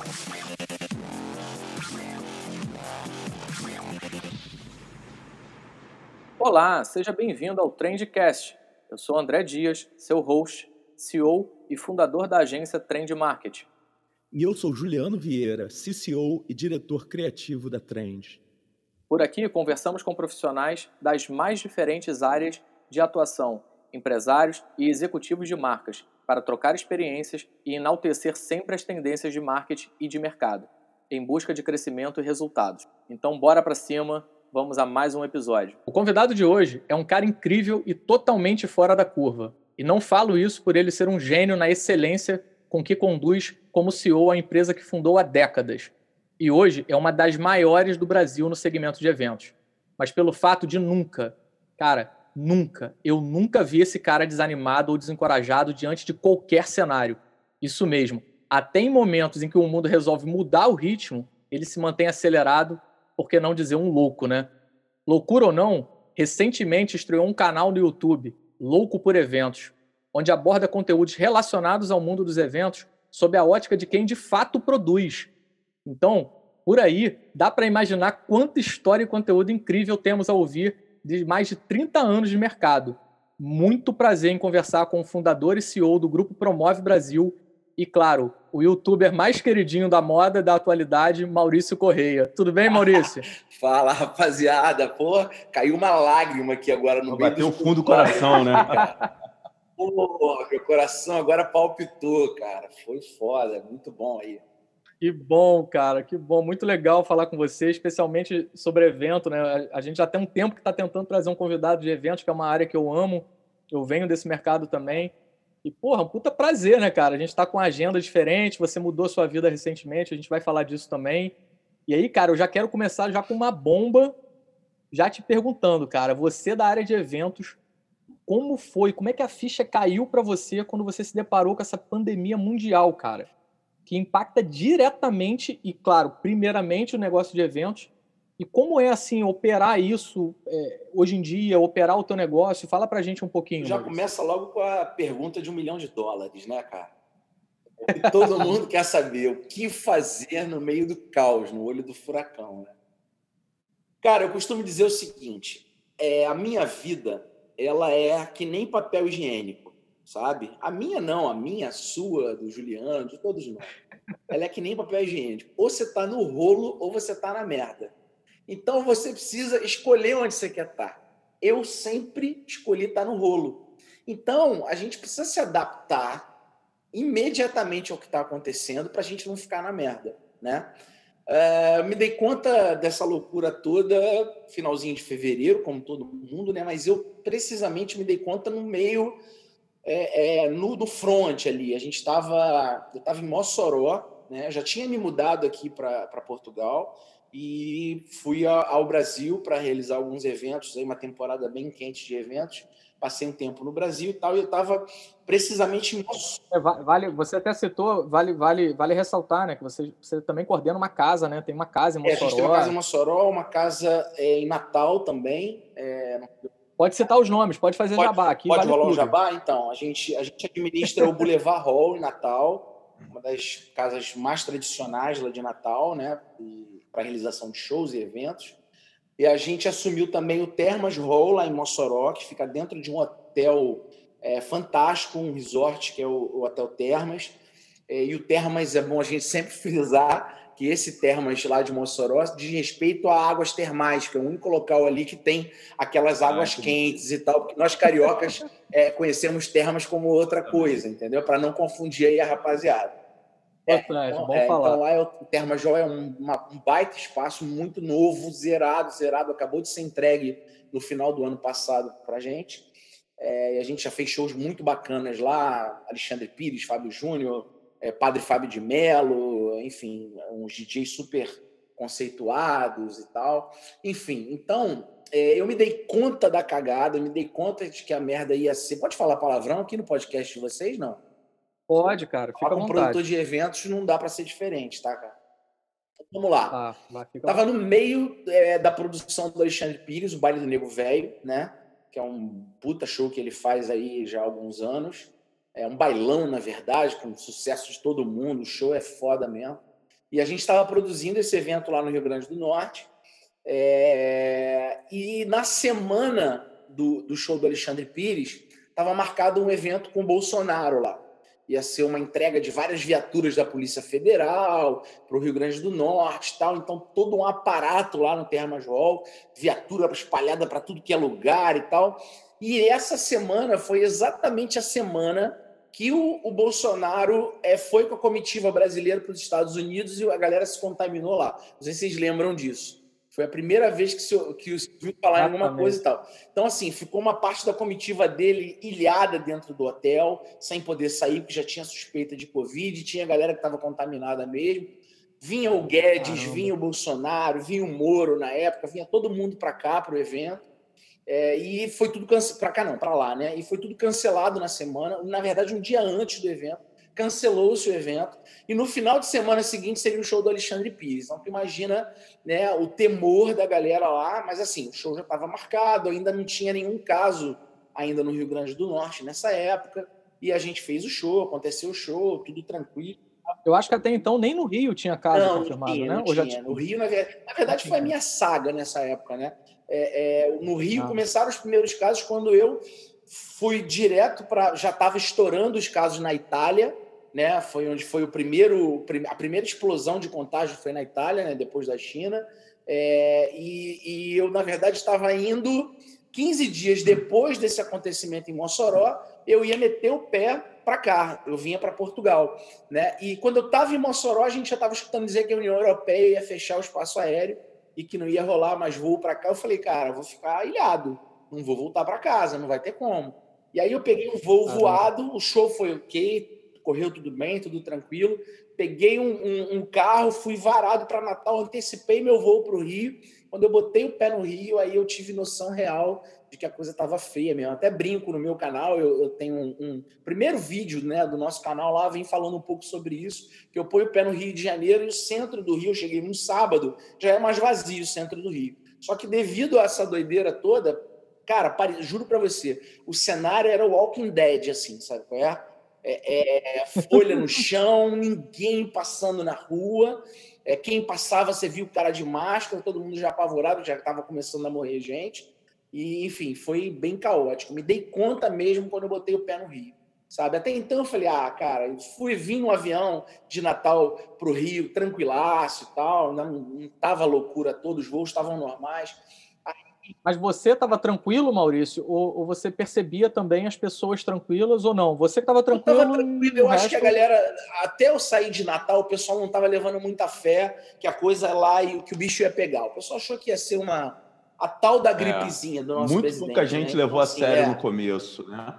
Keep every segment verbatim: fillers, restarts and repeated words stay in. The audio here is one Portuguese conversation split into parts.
Olá, seja bem-vindo ao Trendcast. Eu sou André Dias, seu host, C E O e fundador da agência Trend Marketing. E eu sou Juliano Vieira, C C O e diretor criativo da Trend. Por aqui conversamos com profissionais das mais diferentes áreas de atuação, empresários e executivos de marcas, para trocar experiências e enaltecer sempre as tendências de marketing e de mercado, em busca de crescimento e resultados. Então bora para cima, vamos a mais um episódio. O convidado de hoje é um cara incrível e totalmente fora da curva. E não falo isso por ele ser um gênio na excelência com que conduz como C E O a empresa que fundou há décadas. E hoje é uma das maiores do Brasil no segmento de eventos. Mas pelo fato de nunca, cara, nunca, eu nunca vi esse cara desanimado ou desencorajado diante de qualquer cenário. Isso mesmo, até em momentos em que o mundo resolve mudar o ritmo, ele se mantém acelerado, por que não dizer um louco, né? Loucura ou não, recentemente estreou um canal no YouTube, Louco por Eventos, onde aborda conteúdos relacionados ao mundo dos eventos sob a ótica de quem de fato produz. Então, por aí, dá para imaginar quanta história e conteúdo incrível temos a ouvir de mais de trinta anos de mercado. Muito prazer em conversar com o fundador e C E O do Grupo Promove Brasil e, claro, o youtuber mais queridinho da moda da atualidade, Maurício Correia. Tudo bem, Maurício? Fala, rapaziada. Pô, caiu uma lágrima aqui agora no meio do... Bateu o fundo do coração, né? Pô, meu coração agora palpitou, cara. Foi foda, muito bom aí. Que bom, cara, que bom. Muito legal falar com você, especialmente sobre evento, né? A gente já tem um tempo que está tentando trazer um convidado de eventos, que é uma área que eu amo. Eu venho desse mercado também. E, porra, um puta prazer, né, cara? A gente tá com uma agenda diferente, você mudou sua vida recentemente, a gente vai falar disso também. E aí, cara, eu já quero começar já com uma bomba, já te perguntando, cara, você da área de eventos, como foi, como é que a ficha caiu para você quando você se deparou com essa pandemia mundial, cara? Que impacta diretamente e, claro, primeiramente o negócio de eventos. E como é, assim, operar isso é, hoje em dia, operar o teu negócio? Fala pra gente um pouquinho. Já Maurício. Começa logo com a pergunta de um milhão de dólares, né, cara? E todo mundo quer saber o que fazer no meio do caos, no olho do furacão, né? Cara, eu costumo dizer o seguinte, é, a minha vida, ela é que nem papel higiênico, sabe? A minha não, a minha, a sua, do Juliano, de todos nós. Ela é que nem papel higiênico. Ou você tá no rolo ou você tá na merda. Então você precisa escolher onde você quer estar. Eu sempre escolhi estar no rolo. Então a gente precisa se adaptar imediatamente ao que está acontecendo para a gente não ficar na merda, né? Uh, me dei conta dessa loucura toda finalzinho de fevereiro, como todo mundo, né? Mas eu precisamente me dei conta no meio, é, é, no do front ali. A gente estava, eu estava em Mossoró, né? Eu já tinha me mudado aqui para Portugal e fui a, ao Brasil para realizar alguns eventos, aí uma temporada bem quente de eventos. Passei um tempo no Brasil e tal, e eu estava precisamente em Mossoró. É, vale, você até citou, vale, vale, vale ressaltar, né, que você, você também coordena uma casa, né? Tem uma casa em Mossoró. É, a gente tem uma casa em Mossoró, uma casa é, em Natal também. É... Pode citar os nomes, pode fazer pode, jabá aqui. Pode vale rolar tudo. um jabá? Então, a gente, a gente administra o Boulevard Hall em Natal, uma das casas mais tradicionais lá de Natal, né, para realização de shows e eventos. E a gente assumiu também o Termas Hall lá em Mossoró, que fica dentro de um hotel é, fantástico, um resort, que é o, o Hotel Termas. É, e o Termas, é bom a gente sempre frisar que esse Termas lá de Mossoró diz respeito a águas termais, que é o único local ali que tem aquelas águas ah, quentes e tal, porque nós cariocas é, conhecemos termas como outra coisa, entendeu? Para não confundir aí a rapaziada. É, então, bom é, falar. Então lá é o Termas Hall é um, uma, um baita espaço muito novo, zerado, zerado, acabou de ser entregue no final do ano passado para a gente. É, e a gente já fez shows muito bacanas lá, Alexandre Pires, Fábio Júnior, é, Padre Fábio de Mello, enfim, uns D Js super conceituados e tal. Enfim, então, é, eu me dei conta da cagada, eu me dei conta de que a merda ia ser... Pode falar palavrão aqui no podcast de vocês, não? Pode, cara, fica à vontade. Com produtor de eventos não dá para ser diferente, tá, cara? Então, vamos lá. Ah, lá fica Tava no meio é, da produção do Alexandre Pires, o Baile do Nego Velho, né? Que é um puta show que ele faz aí já há alguns anos. É um bailão, na verdade, com sucesso de todo mundo. O show é foda mesmo. E a gente estava produzindo esse evento lá no Rio Grande do Norte. É... E na semana do, do show do Alexandre Pires, estava marcado um evento com o Bolsonaro lá. Ia ser uma entrega de várias viaturas da Polícia Federal para o Rio Grande do Norte e tal. Então, todo um aparato lá no Termas Hall, viatura espalhada para tudo que é lugar e tal. E essa semana foi exatamente a semana que o, o Bolsonaro é, foi com a comitiva brasileira para os Estados Unidos e a galera se contaminou lá. Não sei se vocês lembram disso. Foi a primeira vez que se, que se viu falar em alguma coisa e tal. Então, assim, ficou uma parte da comitiva dele ilhada dentro do hotel, sem poder sair, porque já tinha suspeita de Covid, tinha galera que estava contaminada mesmo. Vinha o Guedes, Caramba. vinha o Bolsonaro, vinha o Moro na época, vinha todo mundo para cá, para o evento. É, e foi tudo cancelado, para cá não, para lá, né? E foi tudo cancelado na semana, na verdade, um dia antes do evento, cancelou-se o evento, e no final de semana seguinte seria o show do Alexandre Pires. Então, tu imagina, né, o temor da galera lá, mas assim, o show já estava marcado, ainda não tinha nenhum caso ainda no Rio Grande do Norte nessa época, e a gente fez o show, aconteceu o show, tudo tranquilo. Eu acho que até então nem no Rio tinha caso não, confirmado, não tinha, né? Não Ou tinha. já tinha? No Rio, na verdade, na verdade foi a minha saga nessa época, né? É, é, no Rio ah. começaram os primeiros casos quando eu fui direto para... Já estava estourando os casos na Itália, né? Foi onde foi o primeiro... A primeira explosão de contágio foi na Itália, né? Depois da China. É, e, e eu, na verdade, estava indo... quinze dias depois desse acontecimento em Mossoró, eu ia meter o pé para cá, eu vinha para Portugal, né? E quando eu estava em Mossoró, a gente já estava escutando dizer que a União Europeia ia fechar o espaço aéreo e que não ia rolar mais voo para cá. Eu falei, cara, eu vou ficar ilhado, não vou voltar para casa, não vai ter como. E aí eu peguei um voo Caramba. voado, o show foi ok, correu tudo bem, tudo tranquilo. Peguei um, um, um carro, fui varado para Natal, antecipei meu voo para o Rio. Quando eu botei o pé no Rio, aí eu tive noção real de que a coisa estava feia mesmo. Até brinco no meu canal, eu, eu tenho um, um primeiro vídeo, né, do nosso canal lá, vem falando um pouco sobre isso, que eu ponho o pé no Rio de Janeiro e o centro do Rio, eu cheguei num sábado, já é mais vazio o centro do Rio. Só que devido a essa doideira toda, cara, pare, juro para você, o cenário era Walking Dead, assim, sabe qual é? É, é, folha no chão, ninguém passando na rua. É, quem passava, você viu o cara de máscara, todo mundo já apavorado, já estava começando a morrer gente. E, enfim, foi bem caótico. Me dei conta mesmo quando eu botei o pé no Rio, sabe? Até então eu falei, ah, cara, eu fui vir no avião de Natal para o Rio, tranquilaço e tal, não estava loucura toda, os voos estavam normais. Mas você estava tranquilo, Maurício? Ou, ou você percebia também as pessoas tranquilas ou não? Você que estava tranquilo? Eu estava tranquilo. Eu acho resto... que a galera, até eu sair de Natal, o pessoal não estava levando muita fé que a coisa lá e que o bicho ia pegar. O pessoal achou que ia ser uma a tal da gripezinha é, do nosso muito presidente. Muito pouca gente né? levou então, a assim, sério é, no começo, né?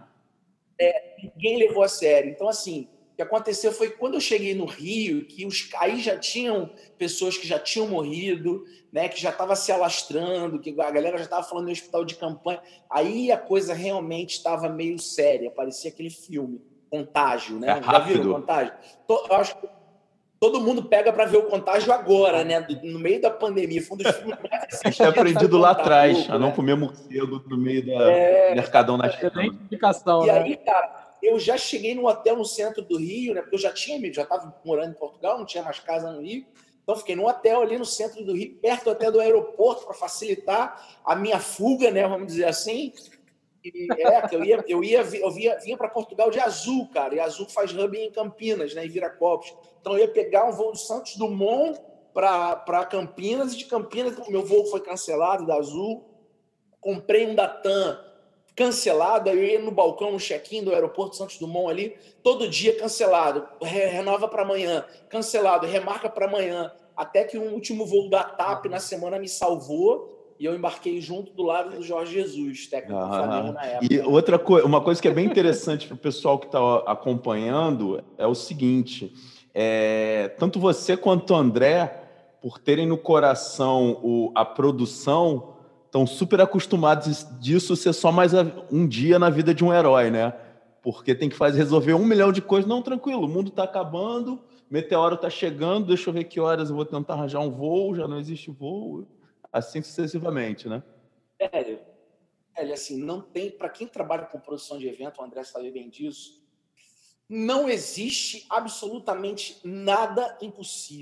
É, ninguém levou a sério. Então, assim, o que aconteceu foi que quando eu cheguei no Rio, que os, aí já tinham pessoas que já tinham morrido, né, que já estava se alastrando, que a galera já estava falando em hospital de campanha. Aí a coisa realmente estava meio séria, parecia aquele filme, Contágio, né? É já viram Contágio? Eu acho que todo mundo pega para ver o Contágio agora, né? No meio da pandemia. Foi um dos filmes mais assistidos. A gente tem aprendido lá atrás, louco, a não né? comer morcego no meio da é, Mercadão na China. Indicação, e né? aí, cara, eu já cheguei no hotel no centro do Rio, né? Porque eu já tinha, já estava morando em Portugal, não tinha mais casa no Rio. Então, fiquei num hotel ali no centro do Rio, perto até do aeroporto, para facilitar a minha fuga, né? Vamos dizer assim. E, é, que eu ia, eu ia, eu via, vinha para Portugal de Azul, cara, e Azul faz hub em Campinas, né? Em Viracopos. Então, eu ia pegar um voo do Santos Dumont para Campinas, e de Campinas, o meu voo foi cancelado da Azul. Comprei um da TAM cancelado, aí eu ia no balcão, no check-in do aeroporto Santos Dumont ali, todo dia cancelado, renova para amanhã, cancelado, remarca para amanhã, até que um último voo da TAP na semana me salvou e eu embarquei junto do lado do Jorge Jesus, técnico do Flamengo na época. E outra coisa, uma coisa que é bem interessante para o pessoal que está acompanhando é o seguinte, é, tanto você quanto o André, por terem no coração o, a produção, estão super acostumados disso ser só mais um dia na vida de um herói, né? Porque tem que fazer, resolver um milhão de coisas. Não, tranquilo, o mundo está acabando, meteoro está chegando, deixa eu ver que horas eu vou tentar arranjar um voo, já não existe voo, assim sucessivamente, né? Sério, sério assim, não tem, para quem trabalha com produção de evento, o André sabe bem disso, não existe absolutamente nada impossível.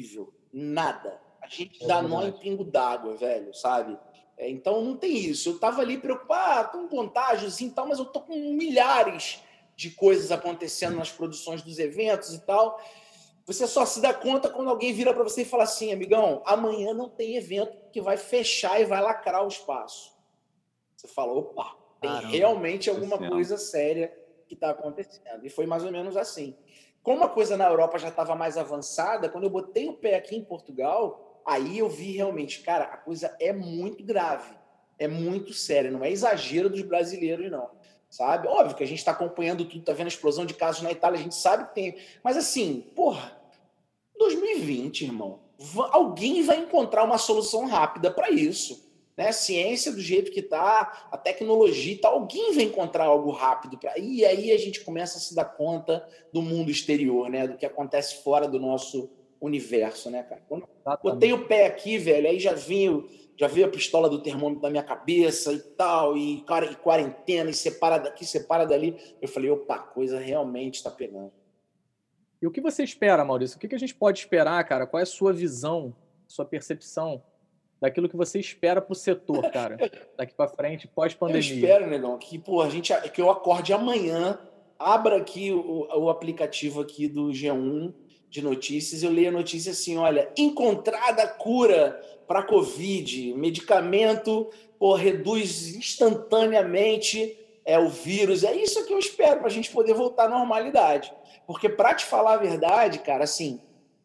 Nada. A gente dá nó em pingo d'água, velho, sabe? É, então não tem isso. Eu tava ali preocupado, ah, com contágios e tal, mas eu tô com milhares de coisas acontecendo nas produções dos eventos e tal. Você só se dá conta quando alguém vira para você e fala assim, amigão, amanhã não tem evento que vai fechar e vai lacrar o espaço. Você fala, opa, tem Caramba, realmente alguma coisa séria que está acontecendo. E foi mais ou menos assim. Como a coisa na Europa já estava mais avançada, quando eu botei o pé aqui em Portugal, aí eu vi realmente, cara, a coisa é muito grave, é muito séria, não é exagero dos brasileiros, não. Sabe? Óbvio que a gente está acompanhando tudo, está vendo a explosão de casos na Itália, a gente sabe que tem. Mas assim, porra, dois mil e vinte, irmão, alguém vai encontrar uma solução rápida para isso. Né? A ciência do jeito que está, a tecnologia e tal, alguém vai encontrar algo rápido para. E aí a gente começa a se dar conta do mundo exterior, né? Do que acontece fora do nosso universo, né, cara? Quando botei o pé aqui, velho, aí já vinha, já veio a pistola do termômetro na minha cabeça e tal, e, cara, e quarentena, e separa daqui, separa dali. Eu falei, opa, a coisa realmente está pegando. E o que você espera, Maurício? O que a gente pode esperar, cara? Qual é a sua visão, sua percepção daquilo que você espera para o setor, cara, daqui para frente, pós-pandemia? Eu espero, negão, que, pô, a gente, que eu acorde amanhã, abra aqui o, o aplicativo aqui do G um de notícias, eu leio a notícia assim, olha, encontrada cura para Covid, medicamento, pô, reduz instantaneamente é, o vírus. É isso que eu espero para a gente poder voltar à normalidade. Porque, para te falar a verdade, cara, assim,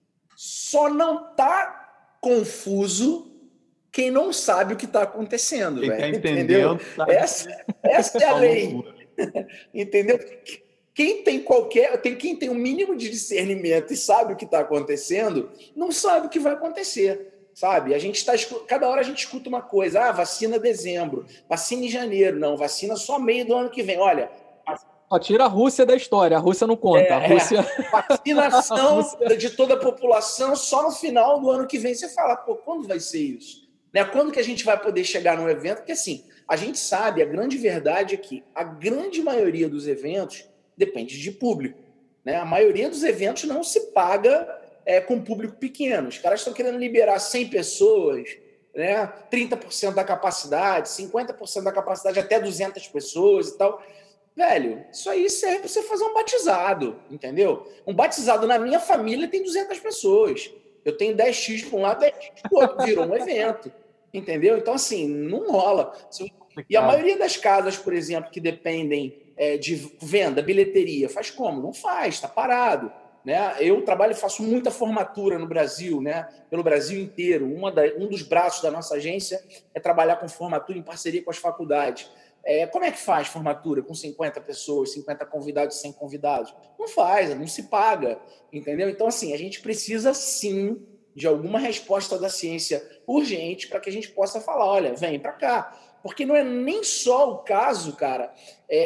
só não tá confuso quem não sabe o que está acontecendo. Quem está entendendo. Essa, essa é a lei. Entendeu? Quem tem qualquer. Tem, quem tem o um mínimo de discernimento e sabe o que está acontecendo, não sabe o que vai acontecer. Sabe? A gente está. Cada hora a gente escuta uma coisa. Ah, vacina dezembro, vacina em janeiro. Não, vacina só meio do ano que vem. Olha. Ó, tira a Rússia da história, a Rússia não conta. É, a Rússia... é. Vacinação a Rússia... de toda a população só no final do ano que vem. Você fala, pô, quando vai ser isso? Né? Quando que a gente vai poder chegar num evento? Porque assim, a gente sabe, a grande verdade é que a grande maioria dos eventos depende de público. Né? A maioria dos eventos não se paga é, com público pequeno. Os caras estão querendo liberar cem pessoas, né? trinta por cento da capacidade, cinquenta por cento da capacidade, até duzentas pessoas e tal. Velho, isso aí serve para você fazer um batizado, entendeu? Um batizado na minha família tem duzentas pessoas. Eu tenho dez x para um lado, dez x para o outro. Virou um evento, entendeu? Então, assim, não rola. E a maioria das casas, por exemplo, que dependem é, de venda, bilheteria, faz como? Não faz, está parado. Né? Eu trabalho e faço muita formatura no Brasil, né? Pelo Brasil inteiro. Uma da, um dos braços da nossa agência é trabalhar com formatura em parceria com as faculdades. É, como é que faz formatura com cinquenta pessoas, cinquenta convidados, cem convidados? Não faz, não se paga, entendeu? Então, assim, a gente precisa, sim, de alguma resposta da ciência urgente para que a gente possa falar, olha, vem para cá. Porque não é nem só o caso, cara,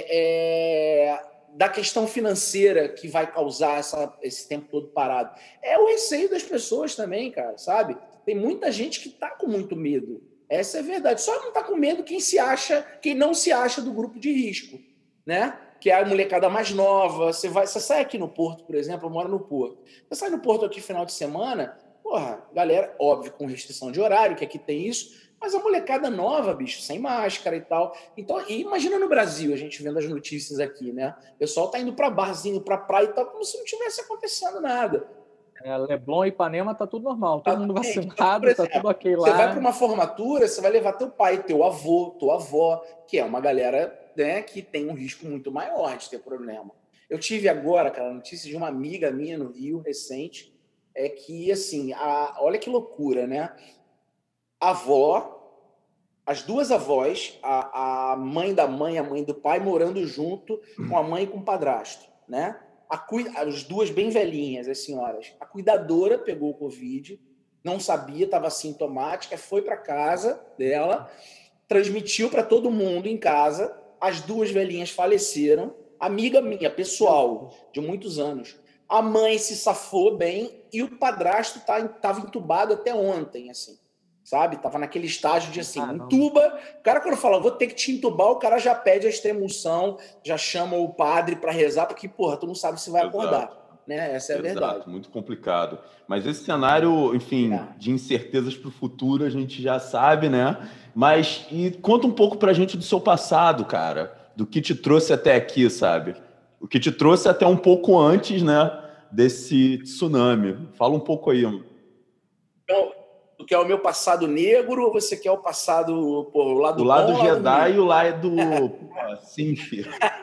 é, é, da questão financeira que vai causar essa, esse tempo todo parado. É o receio das pessoas também, cara, sabe? Tem muita gente que está com muito medo. Essa é a verdade. Só não está com medo quem se acha, quem não se acha do grupo de risco, né? Que é a molecada mais nova. Você vai, você sai aqui no Porto, por exemplo, eu moro no Porto. Você sai no Porto aqui final de semana, porra, galera, óbvio, com restrição de horário, que aqui tem isso, mas a molecada nova, bicho, sem máscara e tal. Então, e imagina no Brasil, a gente vendo as notícias aqui, né? O pessoal tá indo para barzinho, para praia e tal, como se não tivesse acontecendo nada. É, Leblon e Ipanema tá tudo normal, todo ah, mundo vacinado, então, exemplo, tá tudo ok lá. Você vai para uma formatura, você vai levar teu pai, teu avô, tua avó, que é uma galera, né, que tem um risco muito maior de ter problema. Eu tive agora, cara, a notícia de uma amiga minha no Rio, recente, é que, assim, a, olha que loucura, né? A avó, as duas avós, a, a mãe da mãe, a mãe do pai, morando junto com a mãe e com o padrasto, né? A cuida... As duas bem velhinhas, as senhoras. A cuidadora pegou o Covid, não sabia, estava assintomática, foi para casa dela, transmitiu para todo mundo em casa. As duas velhinhas faleceram. Amiga minha, pessoal, de muitos anos. A mãe se safou bem e o padrasto estava entubado até ontem, assim. Sabe? Tava naquele estágio de assim, ah, entuba. O cara, quando fala, vou ter que te entubar, o cara já pede a extremunção, já chama o padre para rezar, porque, porra, tu não sabe se vai acordar. né? Essa é a Exato, verdade. muito complicado. Mas esse cenário, enfim, É. de incertezas para o futuro, a gente já sabe, né? Mas e conta um pouco para a gente do seu passado, cara, do que te trouxe até aqui, sabe? O que te trouxe até um pouco antes, né, desse tsunami. Fala um pouco aí. Então, tu quer o meu passado negro ou você quer o passado, pô, o lado O bom lado ou o lado Jedi ruim? e o lado pô, Sith.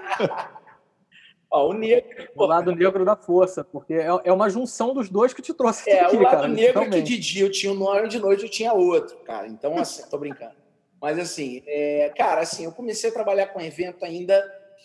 Ó, o negro, O pô, lado negro da força, porque é, é uma junção dos dois que te trouxe até é, o aqui, lado cara, negro é que de literalmente. dia eu tinha um nome, de noite eu tinha outro, cara. Então, assim, tô brincando. Mas, assim, é, cara, assim, eu comecei a trabalhar com evento ainda.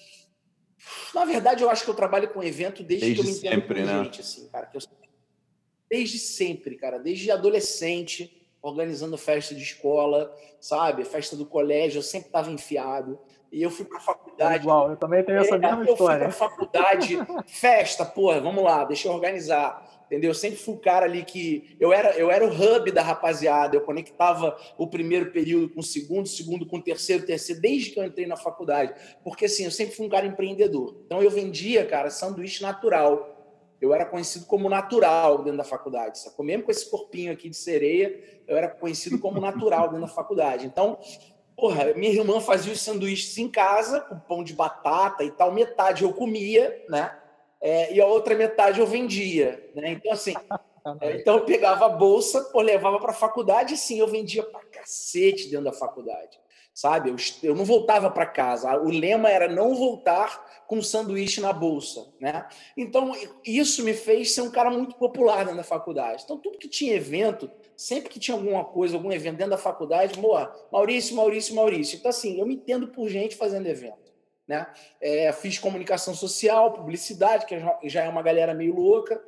Na verdade, eu acho que eu trabalho com evento desde, Desde que eu me entendo sempre, por né? gente, assim, cara. Que eu... Desde sempre, cara. Desde adolescente, organizando festa de escola, sabe? Festa do colégio, eu sempre estava enfiado. E eu fui para a É faculdade. igual, eu também tenho essa mesma É, eu fui história. para a faculdade, festa, porra, vamos lá, deixa eu organizar. Entendeu? Eu sempre fui o cara ali que. Eu era, eu era o hub da rapaziada, eu conectava o primeiro período com o segundo, segundo com o terceiro, terceiro, desde que eu entrei na faculdade. Porque assim, eu sempre fui um cara empreendedor. Então eu vendia, cara, sanduíche natural. Eu era conhecido como natural dentro da faculdade, sacou? Mesmo com esse corpinho aqui de sereia, eu era conhecido como natural dentro da faculdade. Então, porra, minha irmã fazia os sanduíches em casa, com pão de batata e tal. Metade eu comia, né? É, e a outra metade eu vendia, né? Então, assim, é, então eu pegava a bolsa, pô, levava para a faculdade e, sim, eu vendia pra cacete dentro da faculdade, sabe? Eu, eu não voltava para casa. O lema era não voltar com sanduíche na bolsa, né? Então, isso me fez ser um cara muito popular dentro da faculdade. Então, tudo que tinha evento, sempre que tinha alguma coisa, algum evento dentro da faculdade, boa, Maurício, Maurício, Maurício. Então, assim, eu me entendo por gente fazendo evento, né? É, fiz comunicação social, publicidade, que já é uma galera meio louca.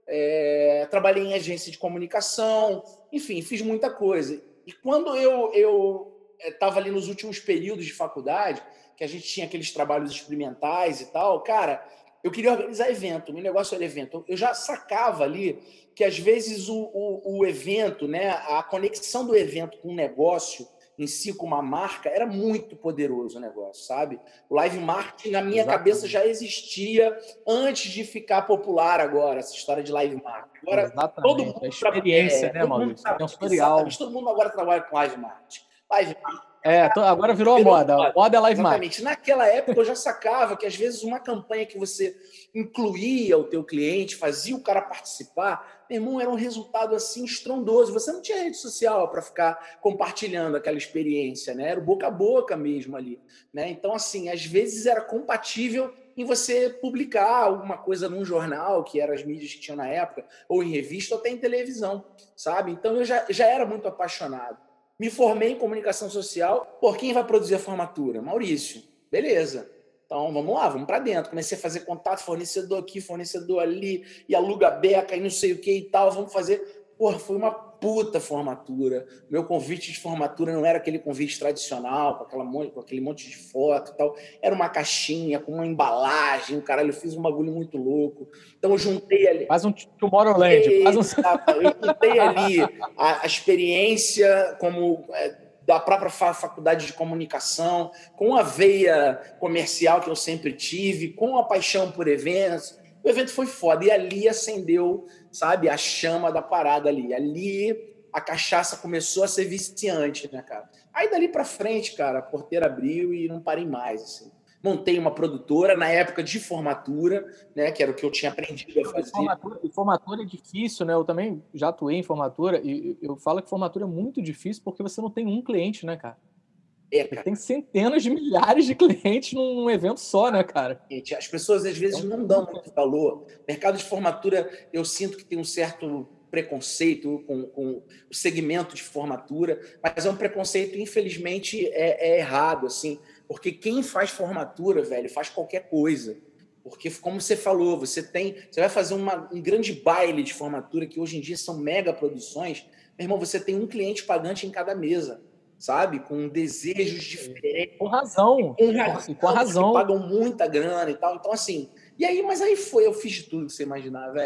É, trabalhei em agência de comunicação, enfim, fiz muita coisa. E quando eu eu estava ali nos últimos períodos de faculdade, que a gente tinha aqueles trabalhos experimentais e tal, cara, eu queria organizar evento, meu negócio era evento. Eu já sacava ali que, às vezes, o, o, o evento, né, a conexão do evento com o negócio em si, com uma marca, era muito poderoso o negócio, sabe? O live marketing, na minha Exatamente. cabeça, já existia antes de ficar popular agora, essa história de live marketing. Agora, Exatamente. todo mundo... A experiência, é, né, todo mundo Maurício? trabalha, Sensorial. exatamente, todo mundo agora trabalha com live marketing. Live marketing. É, agora virou a moda. A moda é live marketing. Exatamente. Naquela época eu já sacava que, às vezes, uma campanha que você incluía o teu cliente, fazia o cara participar, meu irmão, era um resultado assim estrondoso. Você não tinha rede social para ficar compartilhando aquela experiência, né? Era o boca a boca mesmo ali, né? Então, assim, às vezes era compatível em você publicar alguma coisa num jornal, que eram as mídias que tinham na época, ou em revista, ou até em televisão, sabe? Então eu já, já era muito apaixonado. Me formei em comunicação social. Por quem vai produzir a formatura? Maurício. Beleza. Então, vamos lá, vamos para dentro. Comecei a fazer contato, fornecedor aqui, fornecedor ali, e aluga beca, e não sei o que e tal. Vamos fazer... Porra, foi uma puta formatura. Meu convite de formatura não era aquele convite tradicional, com, aquela monte, com aquele monte de foto e tal. Era uma caixinha com uma embalagem. Caralho, eu fiz um bagulho muito louco. Então, eu juntei ali... Faz um Tomorrowland. Faz um... Eu juntei ali a, a experiência como... É, da própria faculdade de comunicação, com a veia comercial que eu sempre tive, com a paixão por eventos. O evento foi foda. E ali acendeu, sabe, a chama da parada ali. Ali a cachaça começou a ser viciante, né, cara? Aí dali pra frente, cara, a porteira abriu e não parei mais, assim. Montei uma produtora na época de formatura, né, que era o que eu tinha aprendido a fazer. Formatura, formatura é difícil, né? Eu também já atuei em formatura e eu falo que formatura é muito difícil porque você não tem um cliente, né, cara? É, cara. Tem centenas de milhares de clientes num evento só, né, cara? As pessoas às vezes não dão muito valor. Mercado de formatura, eu sinto que tem um certo preconceito com, com o segmento de formatura, mas é um preconceito, infelizmente, é, é errado, assim, porque quem faz formatura, velho, faz qualquer coisa. Porque, como você falou, você tem, você vai fazer uma, um grande baile de formatura, que hoje em dia são mega produções, meu irmão, você tem um cliente pagante em cada mesa, sabe? Com desejos diferentes. Com razão. Com razão. Com a razão. Que pagam muita grana e tal. Então, assim... E aí, mas aí foi, eu fiz de tudo que você imaginar, velho.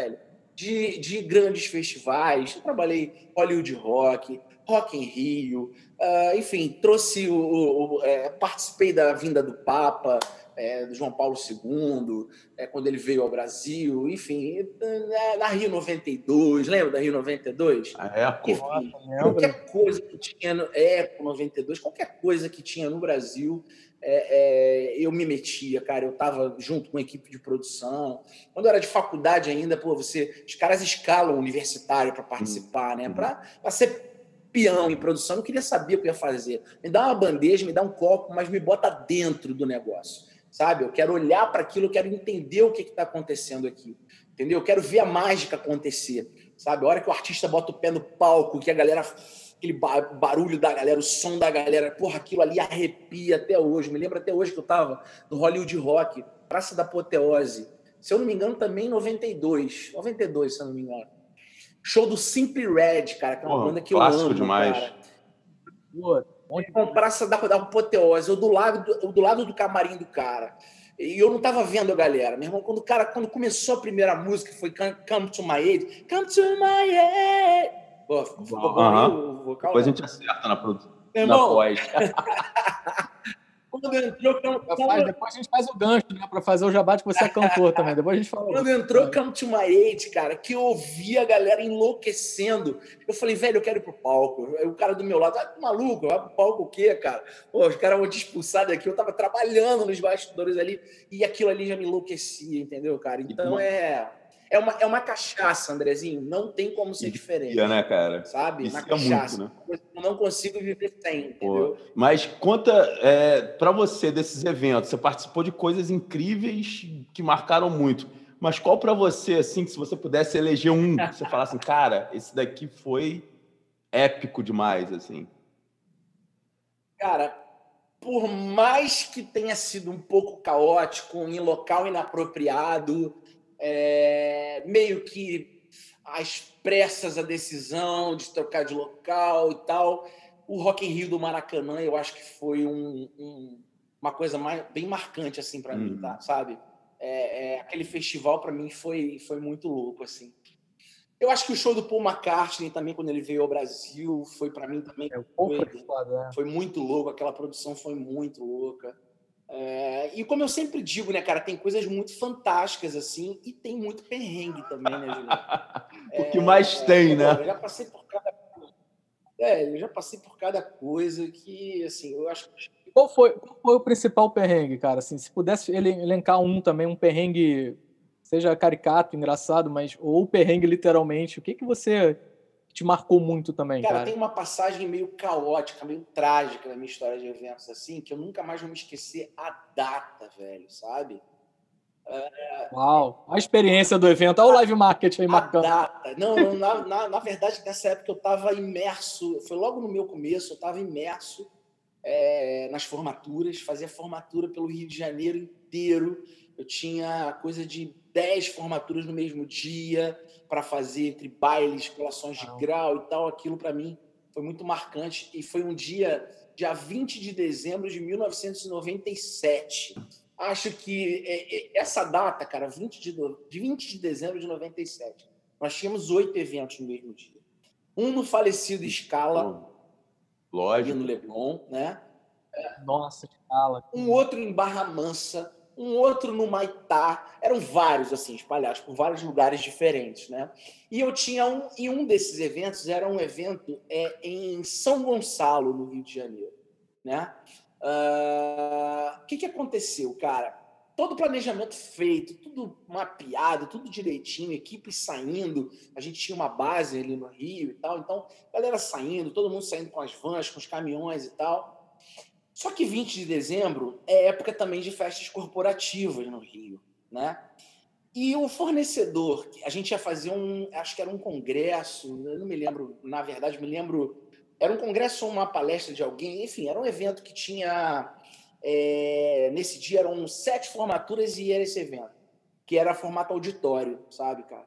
de, de grandes festivais. Eu trabalhei Hollywood Rock, Rock em Rio, uh, enfim, trouxe o, o, o é, participei da vinda do Papa, é, do João Paulo segundo, é, quando ele veio ao Brasil, enfim, na Rio noventa e dois, lembra da Rio noventa e dois? A Eco. Enfim, qualquer coisa que tinha no Eco noventa e dois, qualquer coisa que tinha no Brasil, é, é, eu me metia, cara. Eu estava junto com a equipe de produção. Quando eu era de faculdade ainda, pô, você, os caras escalam universitário para participar, né? Para ser peão em produção, eu não queria saber o que eu ia fazer. Me dá uma bandeja, me dá um copo, mas me bota dentro do negócio, sabe? Eu quero olhar para aquilo, eu quero entender o que está acontecendo aqui, entendeu? Eu quero ver a mágica acontecer, sabe? A hora que o artista bota o pé no palco, que a galera, aquele barulho da galera, o som da galera, porra, aquilo ali arrepia até hoje. Me lembro até hoje que eu estava no Hollywood Rock, Praça da Apoteose, se eu não me engano, também em noventa e dois, noventa e dois, se eu não me engano. Show do Simply Red, cara, que é uma Porra, banda que eu clássico amo, demais. cara. Pô, onde com Praça da, da Apoteose, eu do lado do, do lado do camarim do cara. E eu não tava vendo a galera. Meu irmão, quando o cara, quando começou a primeira música, foi Come to My Aid, Come to My Aid. Pô, ficou bom uh-huh. aí o vocal? Depois não? a gente acerta na produção. Meu Na irmão, voz. quando entrou... Quando... Faz, depois a gente faz o gancho, né? Para fazer o jabá de que você é cantor também. Depois a gente fala. Quando entrou Come to My Aid, cara, que eu ouvi a galera enlouquecendo, eu falei, velho, eu quero ir pro palco. O cara do meu lado, ah, maluco, vai pro palco o quê, cara? Pô, os caras vão te expulsar daqui. Eu tava trabalhando nos bastidores ali e aquilo ali já me enlouquecia, entendeu, cara? Então é... É uma, é uma cachaça, Andrezinho. Não tem como ser diferente. Vicia, né, cara? Sabe? Vicia Uma cachaça. muito, né? Eu não consigo viver sem, entendeu? Pô, mas conta é, para você desses eventos. Você participou de coisas incríveis que marcaram muito. Mas qual para você, assim, que se você pudesse eleger um, que você falasse assim, cara, esse daqui foi épico demais, assim? Cara, por mais que tenha sido um pouco caótico, em local inapropriado, é, meio que às pressas a decisão de trocar de local e tal, o Rock in Rio do Maracanã eu acho que foi um, um, uma coisa mais, bem marcante assim para uhum. mim, tá? Sabe? É, é, aquele festival para mim foi, foi muito louco assim. Eu acho que o show do Paul McCartney também, quando ele veio ao Brasil, foi para mim também é, foi, foi, foda, é. foi muito louco, aquela produção foi muito louca. É, e como eu sempre digo, né, cara, tem coisas muito fantásticas, assim, e tem muito perrengue também, né, Juliano? O que é, mais tem, é, né? Eu já passei por cada coisa. É, eu já passei por cada coisa que, assim, eu acho que... Qual foi, qual foi o principal perrengue, cara? Assim, se pudesse elencar um também, um perrengue, seja caricato, engraçado, mas ou perrengue literalmente, o que que você te marcou muito também, cara? Cara, tem uma passagem meio caótica, meio trágica na minha história de eventos, assim, que eu nunca mais vou me esquecer a data, velho, sabe? É... Uau! A experiência do evento, olha o live marketing aí marcando. A data. Não, não na, na, na verdade, nessa época eu estava imerso, foi logo no meu começo, eu estava imerso é, nas formaturas, fazia formatura pelo Rio de Janeiro inteiro, eu tinha coisa de dez formaturas no mesmo dia para fazer entre bailes, colações de grau e tal. Aquilo para mim foi muito marcante e foi um dia, dia vinte de dezembro de mil novecentos e noventa e sete. Acho que essa data, cara, vinte de dezembro de noventa e sete, nós tínhamos oito eventos no mesmo dia. Um no falecido Scala, lógico, no Leblon, né? Nossa, Scala. Um outro em Barra Mansa, um outro no Maitá, eram vários, assim, espalhados por vários lugares diferentes, né? E eu tinha um, e um desses eventos era um evento é, em São Gonçalo, no Rio de Janeiro, né? O uh, que que aconteceu, cara? Todo o planejamento feito, tudo mapeado, tudo direitinho, equipe saindo, a gente tinha uma base ali no Rio e tal, então, galera saindo, todo mundo saindo com as vans, com os caminhões e tal. Só que vinte de dezembro é época também de festas corporativas no Rio, né? E o fornecedor, a gente ia fazer um, acho que era um congresso, eu não me lembro, na verdade, me lembro, era um congresso ou uma palestra de alguém, enfim, era um evento que tinha, é, nesse dia eram sete formaturas e era esse evento, que era formato auditório, sabe, cara?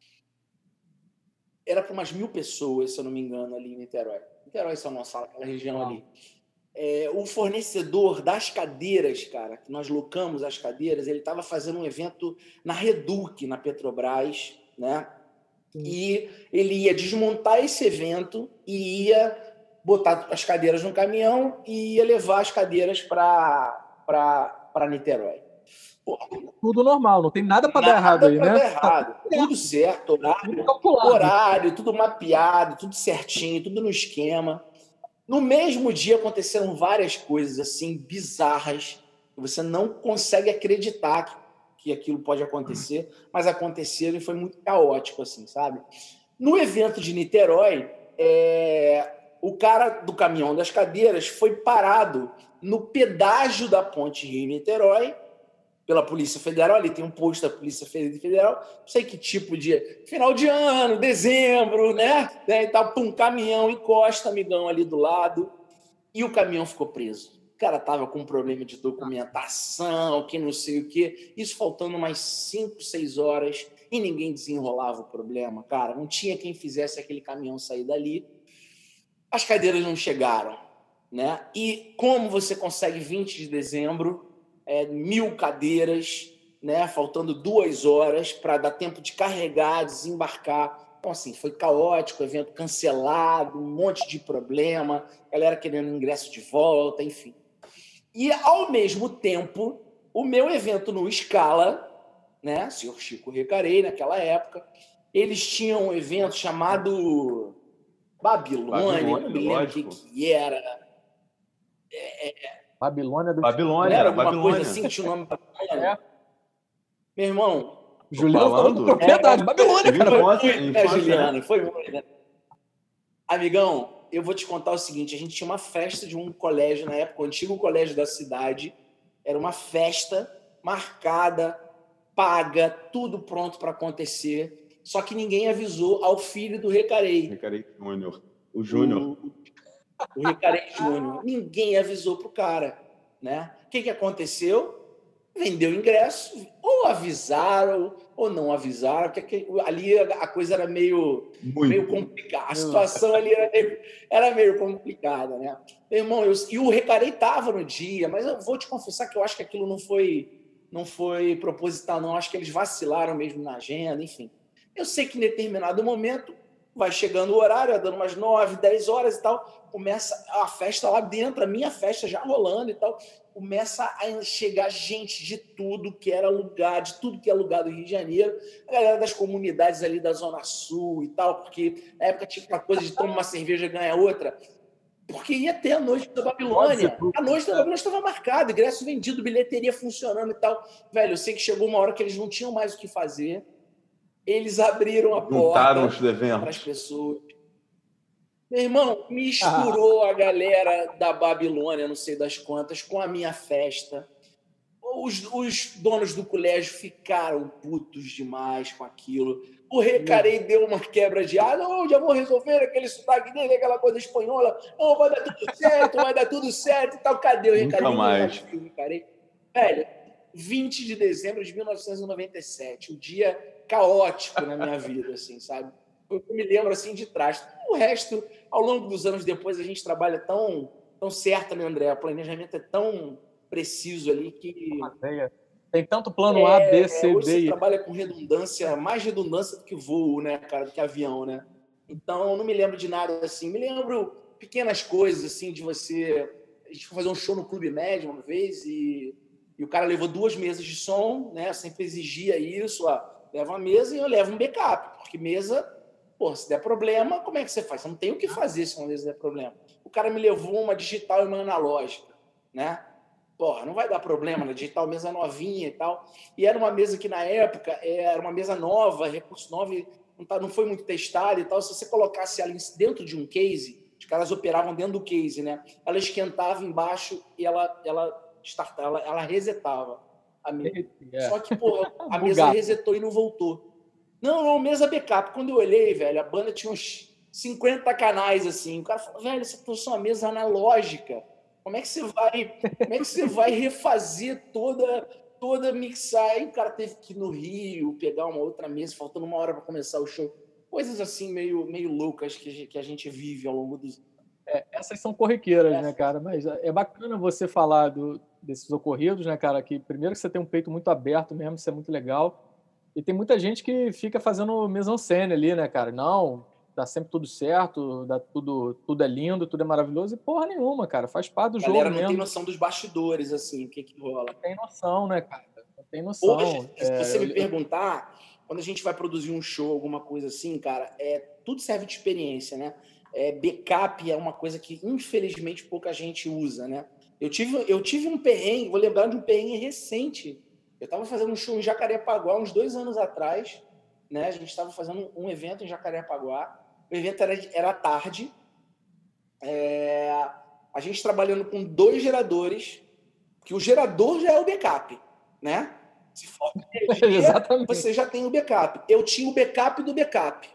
Era para umas mil pessoas, se eu não me engano, ali em Niterói. Niterói, São Gonçalo, aquela região ali. É, o fornecedor das cadeiras, cara, que nós locamos as cadeiras, ele estava fazendo um evento na Reduc, na Petrobras, né? Sim. E ele ia desmontar esse evento e ia botar as cadeiras no caminhão e ia levar as cadeiras para Niterói. Pô, tudo normal, não tem nada para dar errado aí, né? Nada para dar errado. Tá tudo certo, horário, tudo horário, tudo mapeado, tudo certinho, tudo no esquema. No mesmo dia aconteceram várias coisas assim bizarras que você não consegue acreditar que, que aquilo pode acontecer, mas aconteceram e foi muito caótico, assim, sabe? No evento de Niterói, é, o cara do caminhão das cadeiras foi parado no pedágio da ponte Rio-Niterói pela Polícia Federal. Ali tem um posto da Polícia Federal, não sei que tipo de... Final de ano, dezembro, né? E tal, pum, caminhão encosta, amigão, ali do lado, e o caminhão ficou preso. O cara tava com um problema de documentação, que não sei o quê. Isso faltando mais cinco, seis horas, e ninguém desenrolava o problema, cara. Não tinha quem fizesse aquele caminhão sair dali. As cadeiras não chegaram, né? E como você consegue vinte de dezembro... É, mil cadeiras, né, faltando duas horas para dar tempo de carregar, desembarcar. Então, assim, foi caótico, evento cancelado, um monte de problema, galera querendo ingresso de volta, enfim. E, ao mesmo tempo, o meu evento no Scala, né, senhor Chico Recarey, naquela época, eles tinham um evento chamado Babilônia, Babilônia, não me lembro o que, que era. É, é, Babilônia do Babilônia, era alguma Babilônia. coisa assim que tinha o nome Babilônia. É. Meu irmão, Juliano falou com propriedade. É, Babilônia, cara. Foi infância, muito, né, Juliano? Foi muito, né? Amigão, eu vou te contar o seguinte, a gente tinha uma festa de um colégio na época, o antigo colégio da cidade, era uma festa marcada, paga, tudo pronto para acontecer, só que ninguém avisou ao filho do Recarey. Recarey Júnior. O Júnior. O, o Recarey Júnior. Ninguém avisou pro cara, né? O que que aconteceu? Vendeu ingresso, ou avisaram, ou não avisaram, porque ali a coisa era meio, meio complicada. A situação ali era meio, era meio complicada, né? Meu irmão, eu, e o Recarey estava no dia, mas eu vou te confessar que eu acho que aquilo não foi, não foi proposital, não. Acho que eles vacilaram mesmo na agenda, enfim. Eu sei que em determinado momento vai chegando o horário, dando umas nove, dez horas e tal, começa a festa lá dentro, a minha festa já rolando e tal, começa a chegar gente de tudo que era lugar, de tudo que é lugar do Rio de Janeiro, a galera das comunidades ali da Zona Sul e tal, porque na época tinha aquela coisa de tomar uma cerveja e ganhar outra, porque ia ter a Noite da Babilônia. A Noite da Babilônia estava marcada, ingresso vendido, bilheteria funcionando e tal. Velho, eu sei que chegou uma hora que eles não tinham mais o que fazer, eles abriram a Juntaram porta para as pessoas. Meu irmão, misturou ah. a galera da Babilônia, não sei das quantas, com a minha festa. Os, os donos do colégio ficaram putos demais com aquilo. O Recarey deu uma quebra de ar. Não, já vou resolver aquele sotaque dele, aquela coisa espanhola. Não, vai dar tudo certo, vai dar tudo certo e tal. Cadê o Recarey? Nunca mais. O Recarey? Velho, vinte de dezembro de mil novecentos e noventa e sete, um dia caótico na minha vida, assim, sabe? Eu me lembro, assim, de trás. O resto, ao longo dos anos depois, a gente trabalha tão, tão certo, né, André? O planejamento é tão preciso ali que... Tem tanto plano A, é, B, C, hoje D... Você trabalha com redundância, mais redundância do que voo, né, cara? Do que avião, né? Então, eu não me lembro de nada, assim. Me lembro pequenas coisas, assim, de você... A gente foi fazer um show no Clube Médio uma vez e, e o cara levou duas mesas de som, né? Eu sempre exigia isso, ó. Leva uma mesa e eu levo um backup, porque mesa... Pô, se der problema, como é que você faz? Você não tem o que fazer se uma mesa der problema. O cara me levou uma digital e uma analógica, né? Pô, não vai dar problema, na digital, mesa novinha e tal. E era uma mesa que, na época, era uma mesa nova, recurso novo, não, tá, não foi muito testada e tal. Se você colocasse ela dentro de um case, os caras operavam dentro do case, né? Ela esquentava embaixo e ela, ela, startava, ela, ela resetava a mesa. É. Só que, pô, a mesa resetou e não voltou. Não, não, mesa backup. Quando eu olhei, velho, a banda tinha uns cinquenta canais, assim. O cara falou, velho, você trouxe uma mesa analógica. Como é que você vai, como é que você vai refazer toda, toda mixar? Aí o cara teve que ir no Rio, pegar uma outra mesa, faltando uma hora para começar o show. Coisas assim, meio, meio loucas que, que a gente vive ao longo dos... É, essas são corriqueiras, é. né, cara? Mas é bacana você falar do, desses ocorridos, né, cara? Que primeiro que você tem um peito muito aberto mesmo, isso é muito legal. E tem muita gente que fica fazendo mise-en-scène ali, né, cara? Não, dá sempre tudo certo, dá tudo, tudo é lindo, tudo é maravilhoso. E porra nenhuma, cara. Faz parte do A jogo galera não mesmo. tem noção dos bastidores, assim, o que que rola. Não tem noção, né, cara? Não tem noção. Hoje, se É, você me eu- perguntar, quando a gente vai produzir um show, alguma coisa assim, cara, é, tudo serve de experiência, né? É, backup é uma coisa que, infelizmente, pouca gente usa, né? Eu tive, eu tive um perrengue, vou lembrar de um perrengue recente. Eu estava fazendo um show em Jacarepaguá uns dois anos atrás, né? A gente estava fazendo um evento em Jacarepaguá. O evento era, era à tarde. É, a gente trabalhando com dois geradores, que o gerador já é o backup, né? Se for energia, Exatamente. você já tem o backup. Eu tinha o backup do backup.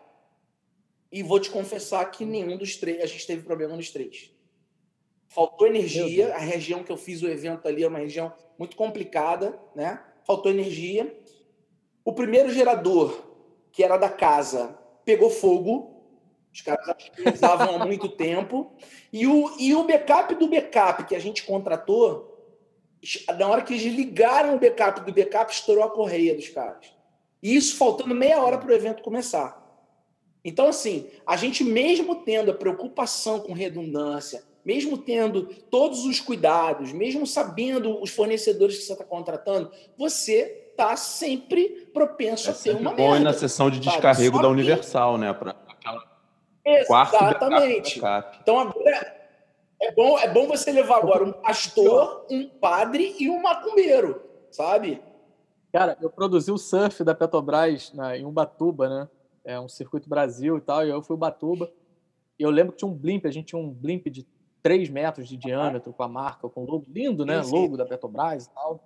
E vou te confessar que nenhum dos três, a gente teve problema nos três. Faltou energia, a região que eu fiz o evento ali é uma região muito complicada, né? Faltou energia. O primeiro gerador, que era da casa, pegou fogo. Os caras utilizavam há muito tempo. E o, e o backup do backup que a gente contratou, na hora que eles ligaram o backup do backup, estourou a correia dos caras. E isso faltando meia hora para o evento começar. Então, assim, a gente mesmo tendo a preocupação com redundância, mesmo tendo todos os cuidados, mesmo sabendo os fornecedores que você está contratando, você está sempre propenso É a ter uma sempre bom ir merda. na sessão de sabe? descarrego Só da que- Universal, né? Para aquela quarto backup, Exatamente. backup. Então, agora, é bom, é bom você levar agora um pastor, um padre e um macumbeiro, sabe? Cara, eu produzi o surf da Petrobras na, em Ubatuba, né? É um circuito Brasil e tal, e eu fui Ubatuba. E eu lembro que tinha um blimp, a gente tinha um blimp de três metros de diâmetro com a marca, com o logo lindo, né? Sim, sim. Logo da Petrobras e tal.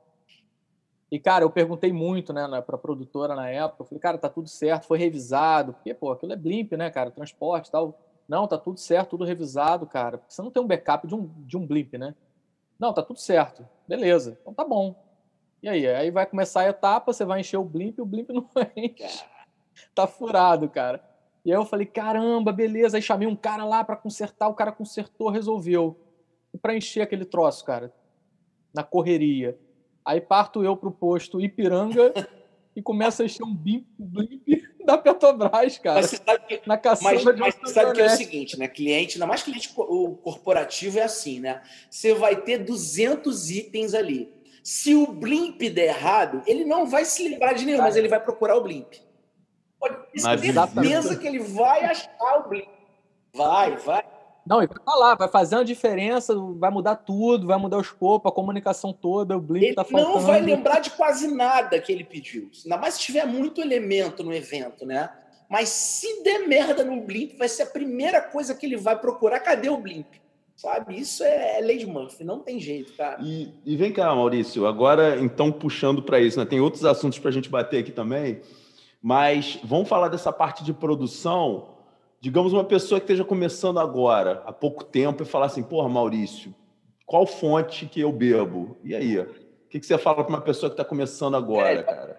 E, cara, eu perguntei muito, né, pra produtora na época. Eu falei, cara, tá tudo certo, foi revisado. Porque, pô, aquilo é blimp, né, cara? Transporte e tal. Não, tá tudo certo, tudo revisado, cara. Porque você não tem um backup de um, de um blimp, né? Não, tá tudo certo. Beleza. Então tá bom. E aí? Aí vai começar a etapa, você vai encher o blimp e o blimp não enche. Tá furado, cara. E aí eu falei, caramba, beleza. Aí chamei um cara lá pra consertar, o cara consertou, resolveu. E pra encher aquele troço, cara, na correria. Aí parto eu pro posto Ipiranga e começo a encher um blimp, blimp da Petrobras, cara. Mas você sabe que, na caçamba mas, de uma mas você sabe que é o caminhonete. seguinte, né? Cliente, ainda mais cliente co- o corporativo é assim, né? Você vai ter duzentos itens ali. Se o blimp der errado, ele não vai se lembrar de nenhum, mas ele vai procurar o blimp. Pode ter Na certeza visita. que ele vai achar o blimp. Vai, vai. Não, e vai falar, vai fazer uma diferença, vai mudar tudo, vai mudar o escopo, a comunicação toda, o blimp Ele tá faltando. não vai lembrar de quase nada que ele pediu. Ainda mais se tiver muito elemento no evento, né? Mas se der merda no blimp, vai ser a primeira coisa que ele vai procurar. Cadê o blimp? Sabe? Isso é lei de Murphy, não tem jeito, cara. E, e vem cá, Maurício, agora então puxando para isso, né? Tem outros assuntos para a gente bater aqui também, mas vamos falar dessa parte de produção. Digamos uma pessoa que esteja começando agora, há pouco tempo, e falar assim, porra, Maurício, qual fonte que eu bebo? E aí? O que, que você fala para uma pessoa que está começando agora, É, cara?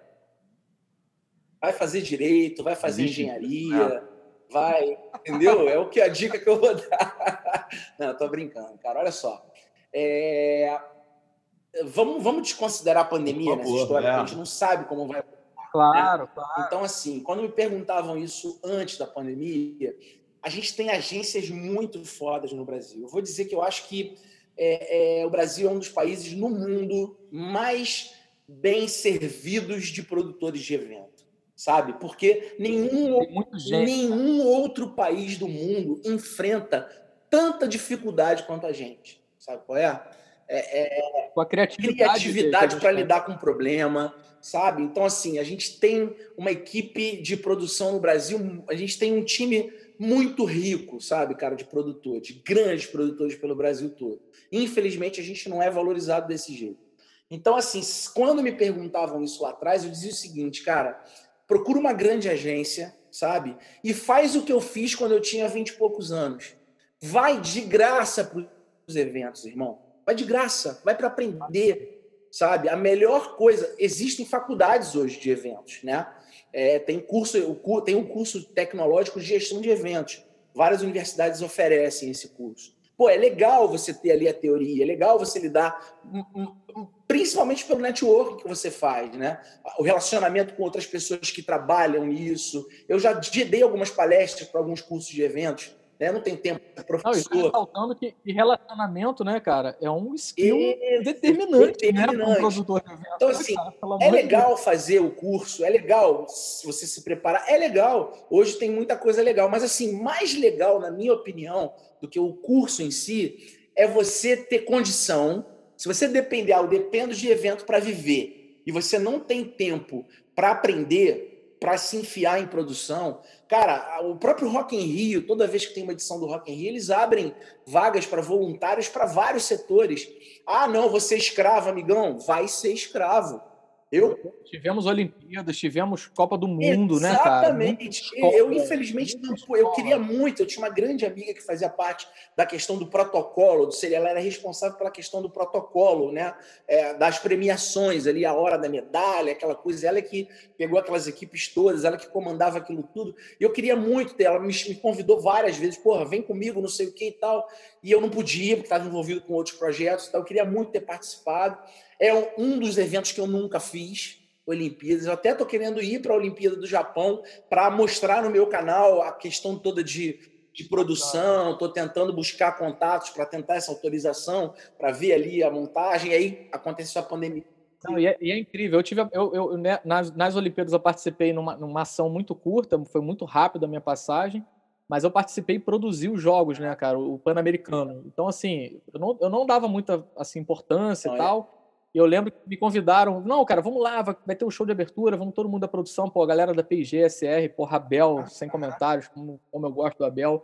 Vai fazer direito, vai fazer Existe engenharia, né? vai. Entendeu? É o que a dica que eu vou dar. Não, eu tô brincando, cara. Olha só. É... Vamos, vamos desconsiderar a pandemia Por nessa favor, história, é. porque a gente não sabe como vai. Claro, claro. Então, assim, quando me perguntavam isso antes da pandemia, a gente tem agências muito fodas no Brasil. Eu vou dizer que eu acho que é, é, o Brasil é um dos países no mundo mais bem servidos de produtores de evento, sabe? Porque nenhum, Tem muita gente. nenhum outro país do mundo enfrenta tanta dificuldade quanto a gente, sabe qual é? É, é Com a criatividade. criatividade para tem. lidar com o problema, sabe? Então, assim, a gente tem uma equipe de produção no Brasil, a gente tem um time muito rico, sabe, cara, de produtor, de grandes produtores pelo Brasil todo. Infelizmente, a gente não é valorizado desse jeito. Então, assim, quando me perguntavam isso lá atrás, eu dizia o seguinte, cara, procura uma grande agência, sabe? E faz o que eu fiz quando eu tinha vinte e poucos anos. Vai de graça para os eventos, irmão. Vai de graça, vai para aprender, sabe? A melhor coisa... Existem faculdades hoje de eventos, né? É, tem, curso, tem um curso tecnológico de gestão de eventos. Várias universidades oferecem esse curso. Pô, é legal você ter ali a teoria, é legal você lidar, principalmente pelo network que você faz, né? O relacionamento com outras pessoas que trabalham nisso. Eu já dei algumas palestras para alguns cursos de eventos, né? Não tenho tempo para professor. Não, e ressaltando que relacionamento, né, cara, é um skill é determinante, determinante, né, para um produtor de evento. Então, assim, cara, é legal de fazer o curso, é legal se você se preparar, é legal. Hoje tem muita coisa legal, mas, assim, mais legal, na minha opinião, do que o curso em si, é você ter condição. Se você depender, ah, eu dependo de evento para viver, e você não tem tempo para aprender, para se enfiar em produção. Cara, o próprio Rock in Rio, toda vez que tem uma edição do Rock in Rio, eles abrem vagas para voluntários para vários setores. Ah, não, você é escravo, amigão. Vai ser escravo. Eu... Tivemos Olimpíadas, tivemos Copa do Mundo, Exatamente. né, cara? Exatamente. Eu, infelizmente, não, eu queria muito. Eu tinha uma grande amiga que fazia parte da questão do protocolo, do seria, ela era responsável pela questão do protocolo, né? É, das premiações ali, a hora da medalha, aquela coisa. Ela que pegou aquelas equipes todas, ela que comandava aquilo tudo. E eu queria muito ter. Ela me, me convidou várias vezes, porra, vem comigo, não sei o que e tal. E eu não podia, porque estava envolvido com outros projetos. Então eu queria muito ter participado. É um dos eventos que eu nunca fiz, Olimpíadas. Eu até estou querendo ir para a Olimpíada do Japão para mostrar no meu canal a questão toda de, de produção. Estou tentando buscar contatos para tentar essa autorização, para ver ali a montagem. E aí aconteceu a pandemia. Não, e, é, e é incrível. Eu tive, eu, eu, nas, nas Olimpíadas eu participei numa, numa ação muito curta, foi muito rápida a minha passagem, mas eu participei e produzi os jogos, né, cara, o Pan-Americano. Então, assim, eu não, eu não dava muita assim, importância não, e tal. É. E eu lembro que me convidaram, não, cara, vamos lá, vai, vai ter um show de abertura, vamos todo mundo da produção, pô, a galera da P I G, S R, porra, Abel, sem comentários, como, como eu gosto do Abel.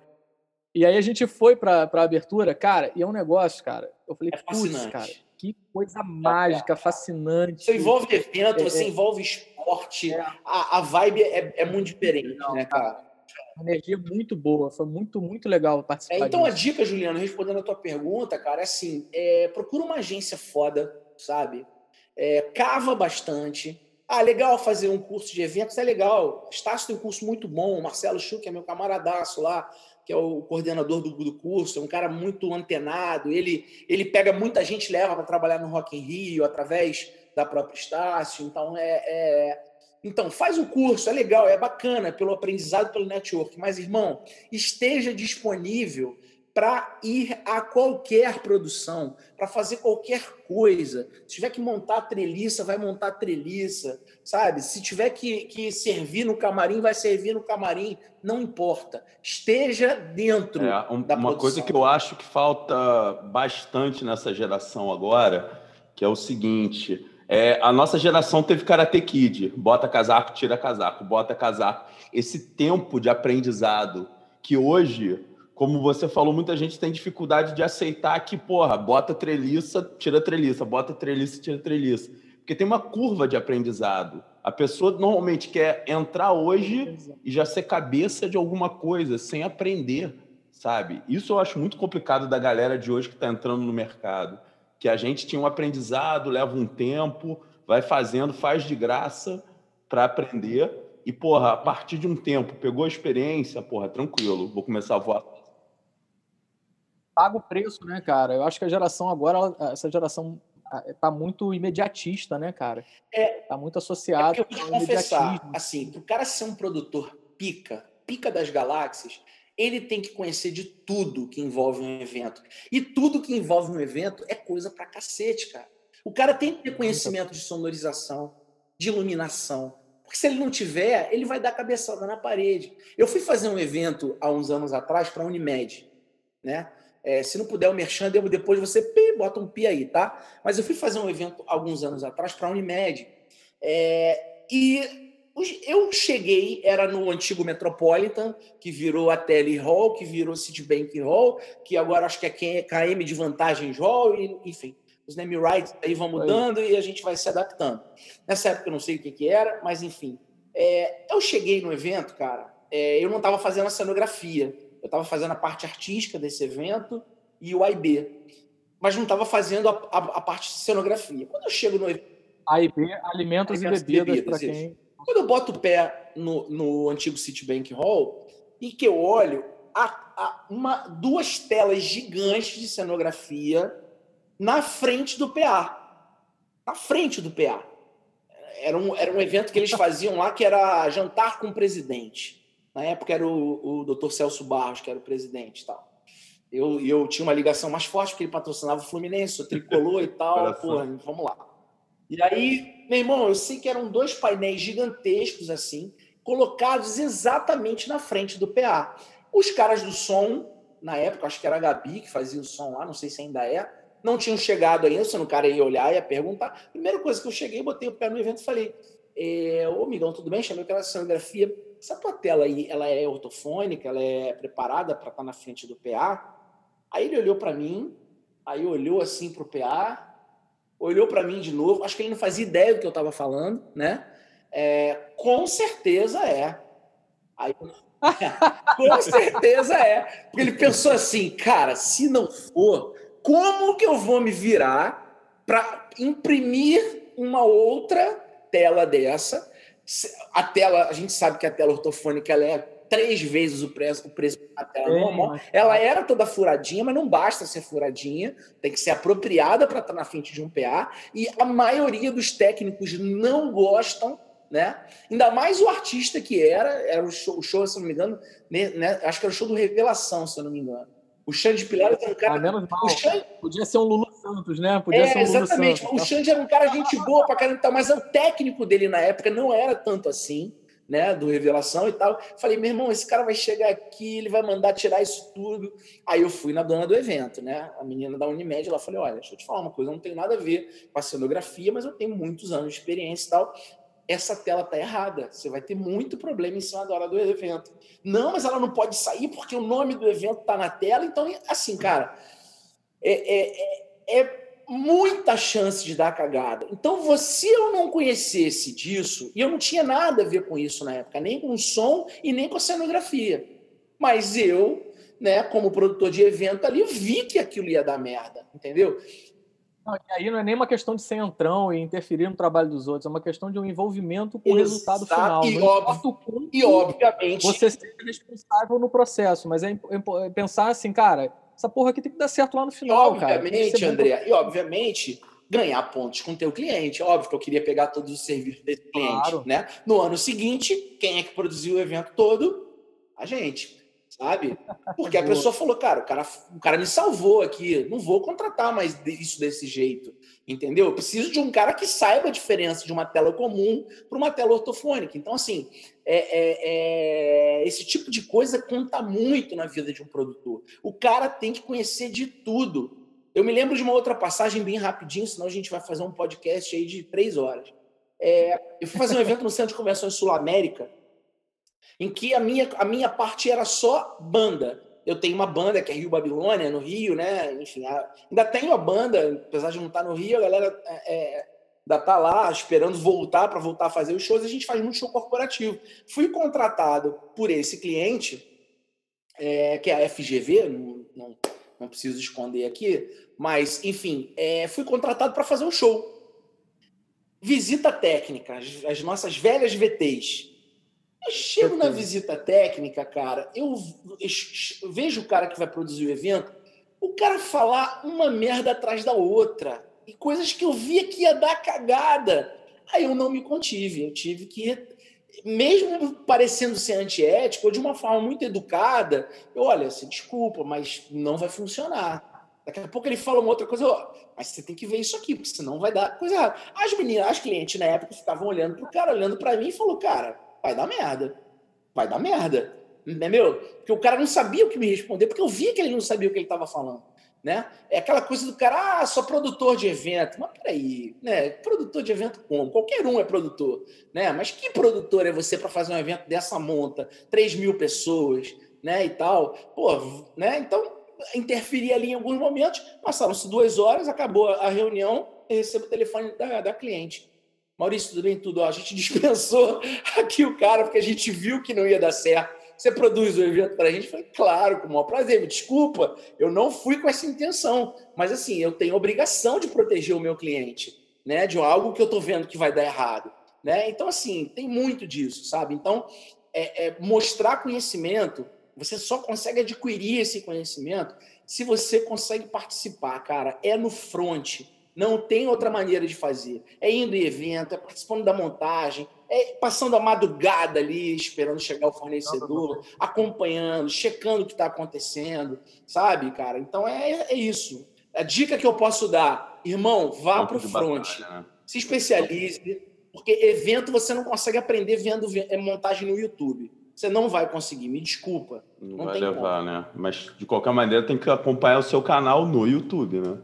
E aí a gente foi pra, pra abertura, cara, e é um negócio, cara, eu falei, é putz, cara, que coisa mágica, fascinante. Você envolve evento, é, você é, envolve esporte, é, a, a vibe é, é muito diferente, não, né, cara? Uma energia muito boa, foi muito, muito legal participar é, Então disso. A dica, Juliano, respondendo a tua pergunta, cara, é assim, é, procura uma agência foda, sabe? É, cava bastante. Ah, legal fazer um curso de eventos, é legal. Estácio tem um curso muito bom, o Marcelo Schuch é meu camaradaço lá, que é o coordenador do, do curso, é um cara muito antenado, ele, ele pega muita gente, leva para trabalhar no Rock in Rio, através da própria Estácio, então é... é... Então, faz o curso, é legal, é bacana, pelo aprendizado, pelo network, mas, irmão, esteja disponível para ir a qualquer produção, para fazer qualquer coisa. Se tiver que montar a treliça, vai montar a treliça, sabe? Se tiver que, que servir no camarim, vai servir no camarim, não importa. Esteja dentro é, um, da uma produção. Coisa que eu acho que falta bastante nessa geração agora, que é o seguinte... É, a nossa geração teve Karate Kid, bota casaco, tira casaco, bota casaco. Esse tempo de aprendizado que hoje, como você falou, muita gente tem dificuldade de aceitar que, porra, bota treliça, tira treliça, bota treliça, tira treliça. Porque tem uma curva de aprendizado. A pessoa normalmente quer entrar hoje e já ser cabeça de alguma coisa, sem aprender, sabe? Isso eu acho muito complicado da galera de hoje que está entrando no mercado. Que a gente tinha um aprendizado, leva um tempo, vai fazendo, faz de graça para aprender. E, porra, a partir de um tempo, pegou a experiência, porra, tranquilo, vou começar a voar. Paga o preço, né, cara? Eu acho que a geração agora, essa geração tá muito imediatista, né, cara? É, tá muito associado é eu vou te confessar, assim, pro cara ser um produtor pica, pica das galáxias, ele tem que conhecer de tudo que envolve um evento. E tudo que envolve um evento é coisa pra cacete, cara. O cara tem que ter conhecimento de sonorização, de iluminação. Porque se ele não tiver, ele vai dar cabeçada na parede. Eu fui fazer um evento há uns anos atrás para a Unimed, né? É, se não puder o merchan, depois você pi, bota um pi aí, tá? Mas eu fui fazer um evento há alguns anos atrás para a Unimed. É, e eu cheguei, era no antigo Metropolitan, que virou a Tele Hall, que virou Citibank Hall, que agora acho que é K M de Vantagens Hall, e, enfim, os name rights aí vão mudando aí. E a gente vai se adaptando. Nessa época eu não sei o que, que era, mas enfim. É, eu cheguei no evento, cara, é, eu não estava fazendo a cenografia, eu estava fazendo a parte artística desse evento e o A e B, mas não estava fazendo a, a, a parte de cenografia. Quando eu chego no evento... A e B, alimentos, alimentos e bebidas, bebidas para quem... Quando eu boto o pé no, no antigo Citibank Hall e que eu olho, a, a, uma, duas telas gigantes de cenografia na frente do P A. Na frente do P A. Era um, era um evento que eles faziam lá que era jantar com o presidente. Na época era o, o doutor Celso Barros, que era o presidente e tal. Eu, eu tinha uma ligação mais forte, porque ele patrocinava o Fluminense, o tricolor e tal. Porra, vamos lá. E aí, meu irmão, eu sei que eram dois painéis gigantescos, assim, colocados exatamente na frente do P A. Os caras do som, na época, acho que era a Gabi que fazia o som lá, não sei se ainda é, não tinham chegado ainda, se o cara ia olhar, ia perguntar. Primeira coisa que eu cheguei, botei o pé no evento e falei, é, ô, amigão, tudo bem? Chamei aquela cenografia. Essa tua tela aí, ela é ortofônica, ela é preparada para estar na frente do P A? Aí ele olhou para mim, aí olhou assim para o P A, olhou para mim de novo, acho que ele não fazia ideia do que eu estava falando, né? É, com certeza é. Aí, com certeza é. Porque ele pensou assim, cara, se não for, como que eu vou me virar para imprimir uma outra tela dessa? A tela, a gente sabe que a tela ortofônica ela é três vezes o preço, o preço da tela normal. Ela era toda furadinha, mas não basta ser furadinha, tem que ser apropriada para estar na frente de um P A, e a maioria dos técnicos não gostam, né? Ainda mais o artista que era, era o show, o show se eu não me engano, né? Acho que era o show do Revelação, se eu não me engano. O Xande Pilares era um cara... Ah, menos mal. O Xande... Podia ser um Lulu Santos, né? Podia é, ser um Lulu exatamente. Santos. O Xande era um cara gente boa pra caramba, mas o técnico dele na época não era tanto assim, né? Do Revelação e tal. Falei, meu irmão, esse cara vai chegar aqui, ele vai mandar tirar isso tudo. Aí eu fui na dona do evento, né? A menina da Unimed, ela falou, olha, deixa eu te falar uma coisa, não tem nada a ver com a cenografia, mas eu tenho muitos anos de experiência e tal. Essa tela tá errada, você vai ter muito problema em cima da hora do evento. Não, mas ela não pode sair porque o nome do evento tá na tela. Então, assim, cara, é, é, é muita chance de dar cagada. Então, se eu não conhecesse disso, e eu não tinha nada a ver com isso na época, nem com o som e nem com a cenografia, mas eu, né, como produtor de evento ali, vi que aquilo ia dar merda, entendeu? Não, e aí não é nem uma questão de ser entrão e interferir no trabalho dos outros, é uma questão de um envolvimento com o resultado final. E, não óbvio, e obviamente... Você ser responsável no processo, mas é, é pensar assim, cara, essa porra aqui tem que dar certo lá no final, e cara. Obviamente, André, e obviamente ganhar pontos com o teu cliente. Óbvio que eu queria pegar todos os serviços desse cliente, claro, né? No ano seguinte, quem é que produziu o evento todo? A gente. Sabe? Porque a pessoa falou, cara, o cara, o cara me salvou aqui, não vou contratar mais isso desse jeito, entendeu? Eu preciso de um cara que saiba a diferença de uma tela comum para uma tela ortofônica. Então, assim, é, é, é, esse tipo de coisa conta muito na vida de um produtor. O cara tem que conhecer de tudo. Eu me lembro de uma outra passagem bem rapidinho, senão a gente vai fazer um podcast aí de três horas. É, eu fui fazer um evento no Centro de Convenções Sul-América, em que a minha, a minha parte era só banda. Eu tenho uma banda que é Rio Babilônia, no Rio, né? Enfim, a, ainda tenho a banda, apesar de não estar no Rio, a galera é, ainda está lá esperando voltar para voltar a fazer os shows, a gente faz muito show corporativo. Fui contratado por esse cliente, é, que é a F G V, não, não, não preciso esconder aqui, mas, enfim, é, fui contratado para fazer um show. Visita técnica, as, as nossas velhas V Ts. Eu chego na visita técnica, cara, eu, eu vejo o cara que vai produzir o evento, o cara falar uma merda atrás da outra, e coisas que eu via que ia dar cagada. Aí eu não me contive, eu tive que, mesmo parecendo ser antiético, ou de uma forma muito educada, eu, olha, se desculpa, mas não vai funcionar. Daqui a pouco ele fala uma outra coisa, ó, mas você tem que ver isso aqui, porque senão vai dar coisa errada. As meninas, as clientes na época ficavam olhando pro cara, olhando para mim e falou, cara, vai dar merda. Vai dar merda. Entendeu? Porque o cara não sabia o que me responder, porque eu via que ele não sabia o que ele estava falando. Né? É aquela coisa do cara, ah, sou produtor de evento. Mas peraí, né? Produtor de evento como? Qualquer um é produtor. Né? Mas que produtor é você para fazer um evento dessa monta? três mil pessoas, né? E tal. Pô, né? Então, interferi ali em alguns momentos. Passaram-se duas horas, acabou a reunião, eu recebo o telefone da, da cliente. Maurício, tudo bem? Tudo. Ó, a gente dispensou aqui o cara porque a gente viu que não ia dar certo. Você produz o evento para a gente? Eu falei, claro, com o maior prazer. Me desculpa, eu não fui com essa intenção. Mas, assim, eu tenho obrigação de proteger o meu cliente, né? De algo que eu estou vendo que vai dar errado. Né? Então, assim, tem muito disso, sabe? Então, é, é mostrar conhecimento Você só consegue adquirir esse conhecimento se você consegue participar, cara. É no front. Não tem outra maneira de fazer. É indo em evento, é participando da montagem, é passando a madrugada ali, esperando chegar o fornecedor, acompanhando, checando o que está acontecendo, sabe, cara? Então é, é isso. A dica que eu posso dar, irmão, vá para o front. Batalha, né? Se especialize, porque evento você não consegue aprender vendo montagem no YouTube. Você não vai conseguir, me desculpa. Não, não vai levar, como. Né? Mas, de qualquer maneira, tem que acompanhar o seu canal no YouTube, né?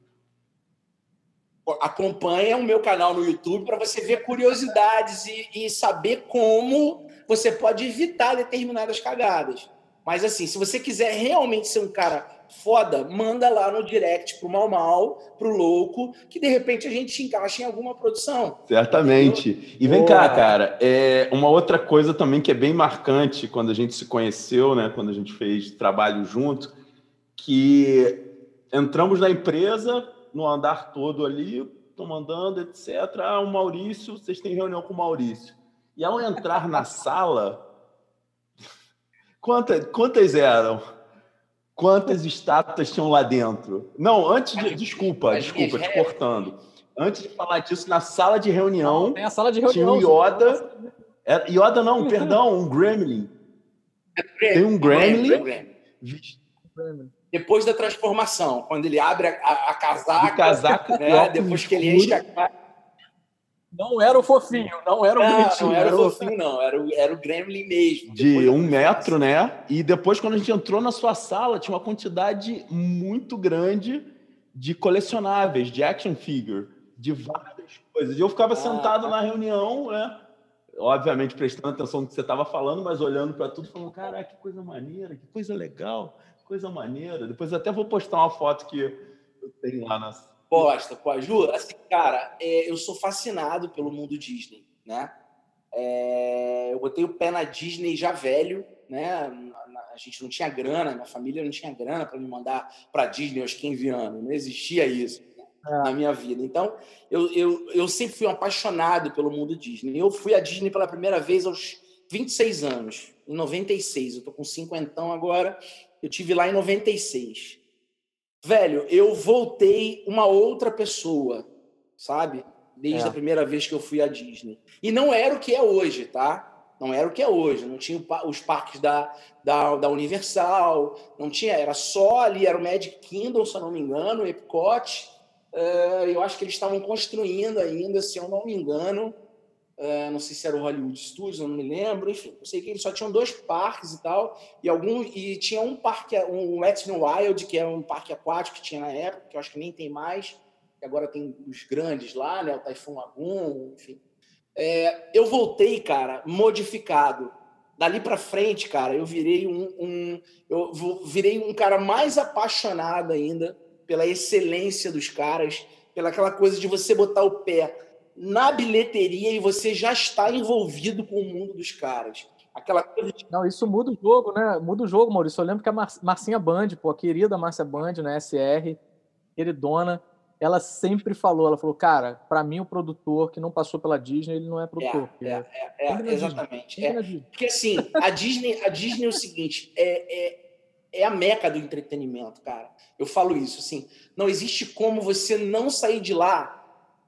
Acompanha o meu canal no YouTube para você ver curiosidades e, e saber como você pode evitar determinadas cagadas. Mas, assim, se você quiser realmente ser um cara foda, manda lá no direct pro Mal Mal, pro Louco, que de repente a gente te encaixa em alguma produção. Certamente. Entendeu? E vem Boa. cá, cara, é uma outra coisa também que é bem marcante quando a gente se conheceu, né, quando a gente fez trabalho junto, que entramos na empresa, no andar todo ali, estão mandando, etcétera. Ah, o Maurício, vocês têm reunião com o Maurício. E ao entrar na sala, quantas, quantas eram? Quantas estátuas tinham lá dentro? Não, antes de... Desculpa, desculpa, te cortando. Antes de falar disso, na sala de reunião, não, tem a sala de reunião tinha um Yoda... É, Yoda não, perdão, um Gremlin. Tem um Gremlin. Gremlin. Depois da transformação, quando ele abre a, a, a casaca, de casaca né? Depois que ele enche a cara. Não era o fofinho, não era o não, bonitinho. Não era o fofinho, não. Era o, era o Gremlin mesmo. De um metro, né? E depois, quando a gente entrou na sua sala, tinha uma quantidade muito grande de colecionáveis, de action figure, de várias coisas. E eu ficava ah, sentado ah. na reunião, né? Obviamente prestando atenção no que você estava falando, mas olhando para tudo, falando, caraca, que coisa maneira, que coisa legal, que coisa maneira. Depois até vou postar uma foto que eu tenho lá na... Posta, pô, Ju, assim, cara, é, eu sou fascinado pelo mundo Disney, né? É, eu botei o pé na Disney já velho, né? A gente não tinha grana, minha família não tinha grana para me mandar para Disney aos quinze anos, não existia isso é. na minha vida. Então, eu, eu, eu sempre fui um apaixonado pelo mundo Disney. Eu fui à Disney pela primeira vez aos vinte e seis anos, em noventa e seis. Eu tô com cinquentão agora, eu tive lá em noventa e seis. Velho, eu voltei uma outra pessoa, sabe? Desde é. a primeira vez que eu fui à Disney. E não era o que é hoje, tá? Não era o que é hoje. Não tinha os parques da, da, da Universal, não tinha, era só ali, era o Magic Kingdom, se eu não me engano, o Epcot. Uh, eu acho que eles estavam construindo ainda, se eu não me engano. Uh, não sei se era o Hollywood Studios, eu não me lembro. Enfim, eu sei que eles só tinham dois parques e tal. E, algum, e tinha um parque, um Wet n Wild, que é um parque aquático que tinha na época, que eu acho que nem tem mais. Que agora tem os grandes lá, né? O Typhoon Lagoon, enfim. É, eu voltei, cara, modificado. Dali pra frente, cara, eu virei um, um, eu virei um cara mais apaixonado ainda pela excelência dos caras, pela aquela coisa de você botar o pé na bilheteria e você já está envolvido com o mundo dos caras. Aquela coisa de... Não, isso muda o jogo, né? Muda o jogo, Maurício. Eu lembro que a Mar- Marcinha Band, pô, a querida Márcia Band, né, S R, queridona, ela sempre falou, ela falou, cara, para mim o produtor que não passou pela Disney, ele não é produtor. É, é, é, é exatamente. É, porque assim, a Disney, a Disney é o seguinte, é, é, é a meca do entretenimento, cara. Eu falo isso, assim, não existe como você não sair de lá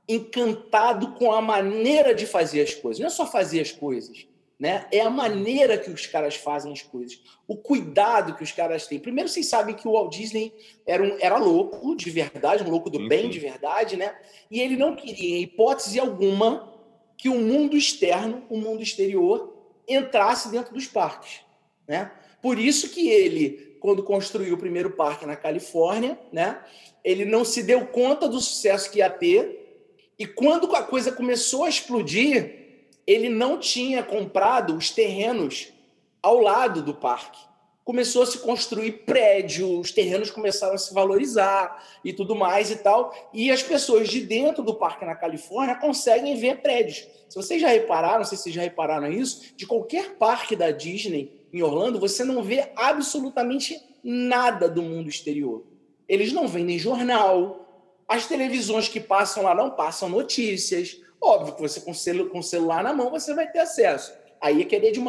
encantado com a maneira de fazer as coisas. Não é só fazer as coisas, né? É a maneira que os caras fazem as coisas, o cuidado que os caras têm. Primeiro, vocês sabem que o Walt Disney era, um, era louco de verdade, um louco do Sim. bem de verdade, né? E ele não queria, em hipótese alguma, que o mundo externo, o mundo exterior, entrasse dentro dos parques, né? Por isso que ele, quando construiu o primeiro parque na Califórnia, né? Ele não se deu conta do sucesso que ia ter. E quando a coisa começou a explodir, ele não tinha comprado os terrenos ao lado do parque. Começou a se construir prédio, os terrenos começaram a se valorizar e tudo mais e tal. E as pessoas de dentro do parque na Califórnia conseguem ver prédios. Se vocês já repararam, não sei se vocês já repararam isso, de qualquer parque da Disney em Orlando, você não vê absolutamente nada do mundo exterior. Eles não vendem jornal. As televisões que passam lá não passam notícias. Óbvio que você com o celular na mão você vai ter acesso. Aí é querer demais.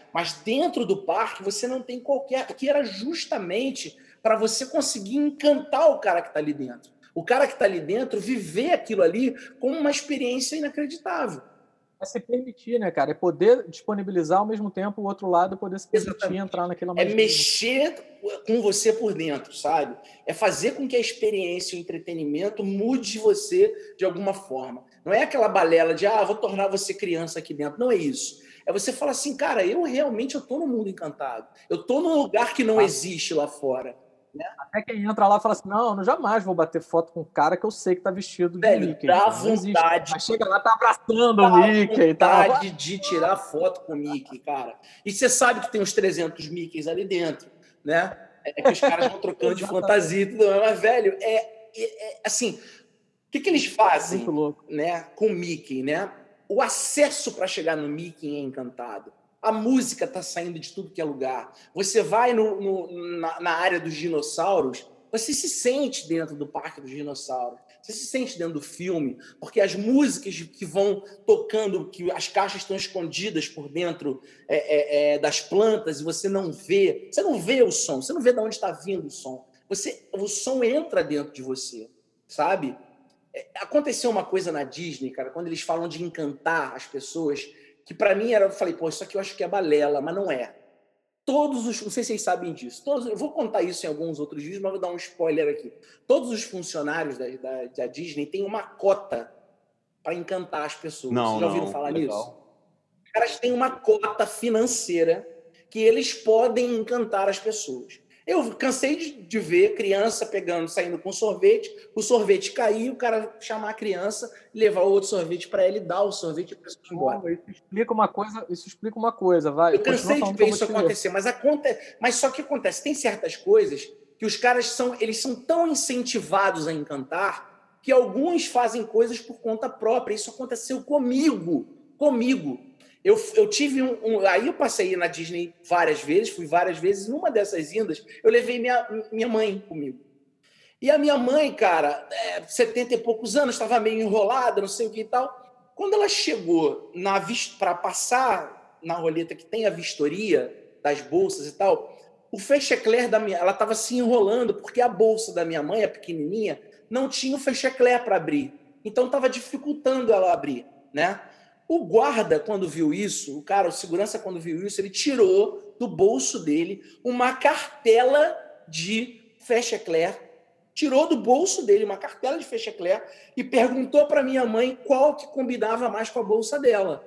Mas dentro do parque você não tem qualquer... Que era justamente para você conseguir encantar o cara que está ali dentro. O cara que está ali dentro viver aquilo ali como uma experiência inacreditável. É se permitir, né, cara? É poder disponibilizar ao mesmo tempo o outro lado, poder se permitir Exatamente. entrar naquela É magia. mexer com você por dentro, sabe? É fazer com que a experiência, o entretenimento mude você de alguma forma. Não é aquela balela de, ah, vou tornar você criança aqui dentro. Não é isso. É você falar assim, cara, eu realmente eu tô no mundo encantado. Eu tô num lugar que não Ah. existe lá fora. Né? Até quem entra lá e fala assim, não, eu jamais vou bater foto com um cara que eu sei que tá vestido de Velho, Mickey. dá Não vontade. existe. Mas chega lá, tá abraçando Dá o Mickey e tal. vontade de tirar foto com o Mickey, cara. E você sabe que tem uns trezentos Mickeys ali dentro, né? É que os caras vão trocando de fantasia e tudo mais. Mas, velho, é, é, é assim... O que, que eles fazem, Muito louco, né, com o Mickey, né? O acesso para chegar no Mickey é encantado. A música está saindo de tudo que é lugar. Você vai no, no, na, na área dos dinossauros, você se sente dentro do Parque dos Dinossauros. Você se sente dentro do filme, porque as músicas que vão tocando, que as caixas estão escondidas por dentro é, é, é, das plantas e você não vê. Você não vê o som, você não vê de onde está vindo o som. Você, o som entra dentro de você, sabe? Aconteceu uma coisa na Disney, cara, quando eles falam de encantar as pessoas, que para mim era, eu falei, pô, isso aqui eu acho que é balela, mas não é. Todos os, não sei se vocês sabem disso, todos, eu vou contar isso em alguns outros vídeos, mas vou dar um spoiler aqui. Todos os funcionários da, da, da Disney têm uma cota para encantar as pessoas. Não, Vocês já ouviram não, falar legal. nisso? Os caras têm uma cota financeira que eles podem encantar as pessoas. Eu cansei de, de ver criança pegando, saindo com sorvete, o sorvete cair, o cara chamar a criança, levar outro sorvete para ele, dar o sorvete e a pessoa ir embora. Isso explica uma coisa, isso explica uma coisa, vai. Eu cansei de ver isso acontecer, mas, aconte... mas só que acontece, tem certas coisas que os caras são, eles são tão incentivados a encantar que alguns fazem coisas por conta própria. Isso aconteceu comigo, comigo. Eu, eu tive um, um... Aí eu passei na Disney várias vezes, fui várias vezes. Numa dessas indas, eu levei minha, minha mãe comigo. E a minha mãe, cara, é, setenta e poucos anos, estava meio enrolada, não sei o que e tal. Quando ela chegou para passar na roleta que tem a vistoria das bolsas e tal, o fechecler da minha... Ela estava se enrolando, porque a bolsa da minha mãe, a pequenininha, não tinha o fechecler para abrir. Então estava dificultando ela abrir, né? O guarda, quando viu isso, o cara, o segurança, quando viu isso, ele tirou do bolso dele uma cartela de fechecler, tirou do bolso dele uma cartela de fechecler e perguntou para minha mãe qual que combinava mais com a bolsa dela.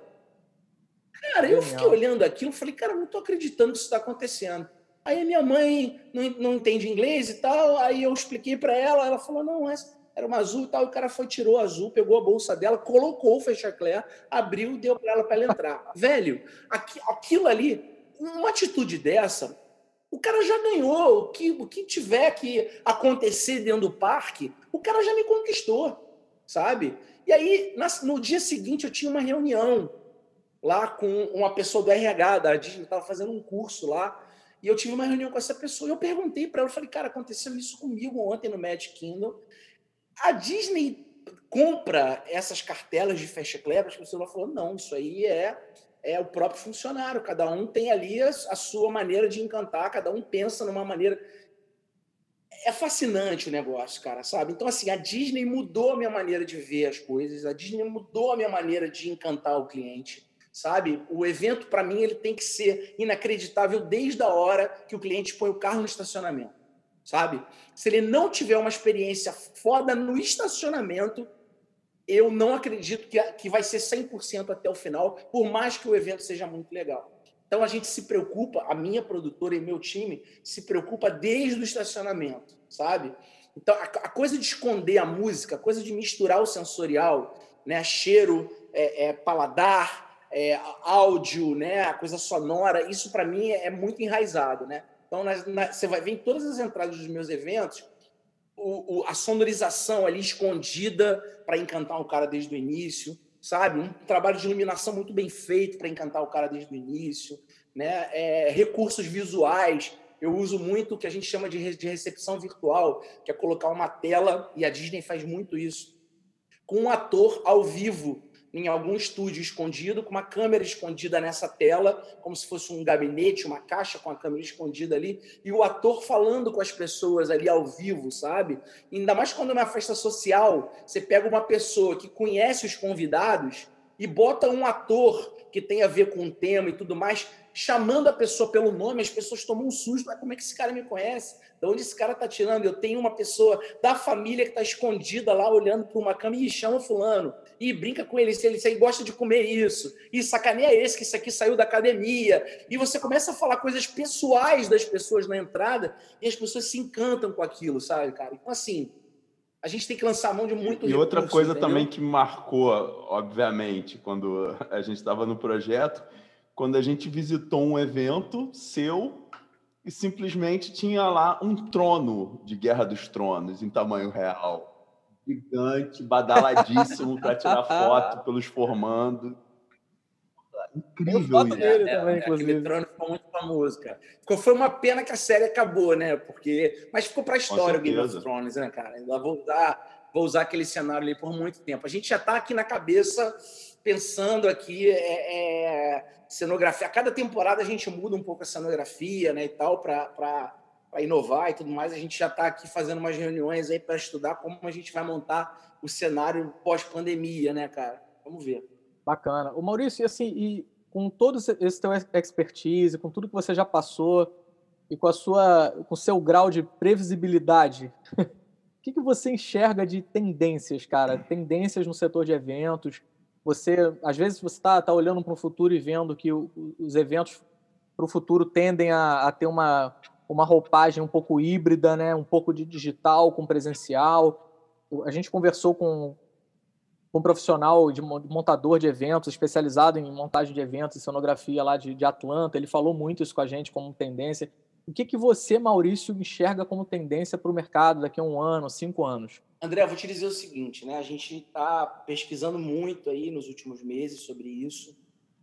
Cara, eu fiquei olhando aquilo e falei, cara, não estou acreditando que isso está acontecendo. Aí a minha mãe não, não entende inglês e tal, aí eu expliquei para ela, ela falou, não, mas... era uma azul e tal, e o cara foi, tirou a azul, pegou a bolsa dela, colocou o fechecler, abriu e deu para ela para ela entrar. Velho, aqui, aquilo ali, uma atitude dessa, o cara já ganhou. O que, o que tiver que acontecer dentro do parque, o cara já me conquistou, sabe? E aí, no dia seguinte, eu tinha uma reunião lá com uma pessoa do R H da Disney, estava fazendo um curso lá, e eu tive uma reunião com essa pessoa, e eu perguntei para ela, eu falei, cara, aconteceu isso comigo ontem no Magic Kingdom. A Disney compra essas cartelas de fechecler, as pessoas falam, não, isso aí é, é o próprio funcionário, cada um tem ali a, a sua maneira de encantar, cada um pensa numa maneira... É fascinante o negócio, cara, sabe? Então, assim, a Disney mudou a minha maneira de ver as coisas, a Disney mudou a minha maneira de encantar o cliente, sabe? O evento, para mim, ele tem que ser inacreditável desde a hora que o cliente põe o carro no estacionamento. Sabe? Se ele não tiver uma experiência foda no estacionamento, eu não acredito que, que vai ser cem por cento até o final, por mais que o evento seja muito legal. Então, a gente se preocupa, a minha produtora e meu time se preocupa desde o estacionamento, sabe? Então, a, a coisa de esconder a música, a coisa de misturar o sensorial, né? Cheiro, é, é, paladar, é, áudio, né? A coisa sonora, isso para mim é, é muito enraizado, né? Então, na, na, você vai ver em todas as entradas dos meus eventos o, o, a sonorização ali escondida para encantar o cara desde o início, sabe? Um trabalho de iluminação muito bem feito para encantar o cara desde o início, né? É, recursos visuais. Eu uso muito o que a gente chama de, re, de recepção virtual, que é colocar uma tela, e a Disney faz muito isso, com um ator ao vivo em algum estúdio escondido, com uma câmera escondida nessa tela, como se fosse um gabinete, uma caixa com a câmera escondida ali, e o ator falando com as pessoas ali ao vivo, sabe? Ainda mais quando é uma festa social, você pega uma pessoa que conhece os convidados e bota um ator que tem a ver com o tema e tudo mais, chamando a pessoa pelo nome, as pessoas tomam um susto. Ah, como é que esse cara me conhece? De onde esse cara está tirando? Eu tenho uma pessoa da família que está escondida lá, olhando para uma cama e chama fulano. E brinca com ele, se ele, se ele gosta de comer isso. E sacaneia esse, que isso aqui saiu da academia. E você começa a falar coisas pessoais das pessoas na entrada e as pessoas se encantam com aquilo, sabe, cara? Então, assim, a gente tem que lançar a mão de muito E outra recurso, coisa entendeu? também que marcou, obviamente, quando a gente estava no projeto, quando a gente visitou um evento seu e simplesmente tinha lá um trono de Guerra dos Tronos em tamanho real. Gigante, badaladíssimo para tirar foto pelos formandos. Incrível foto isso. dele É, também, é, inclusive. aquele trono ficou muito famoso, cara. Ficou, foi uma pena que a série acabou, né? Porque, mas ficou para a história o Game of certeza. Thrones, né, cara? Ainda vou usar, vou usar aquele cenário ali por muito tempo. A gente já está aqui na cabeça pensando aqui é, é, cenografia. A cada temporada a gente muda um pouco a cenografia, né, e tal, para inovar e tudo mais. A gente já está aqui fazendo umas reuniões aí para estudar como a gente vai montar o cenário pós-pandemia, né, cara? Vamos ver. Bacana. O Maurício, e assim, e com todo esse teu expertise, com tudo que você já passou e com a sua, com o seu grau de previsibilidade, o que, que você enxerga de tendências, cara? Tendências no setor de eventos. Você, às vezes, você está tá olhando para o futuro e vendo que o, os eventos para o futuro tendem a, a ter uma, uma roupagem um pouco híbrida, né? Um pouco de digital com presencial. A gente conversou com um profissional de montador de eventos, especializado em montagem de eventos e cenografia lá de, de Atlanta. Ele falou muito isso com a gente como tendência. O que, que você, Maurício, enxerga como tendência para o mercado daqui a um ano, cinco anos? André, eu vou te dizer o seguinte, né? A gente está pesquisando muito aí nos últimos meses sobre isso.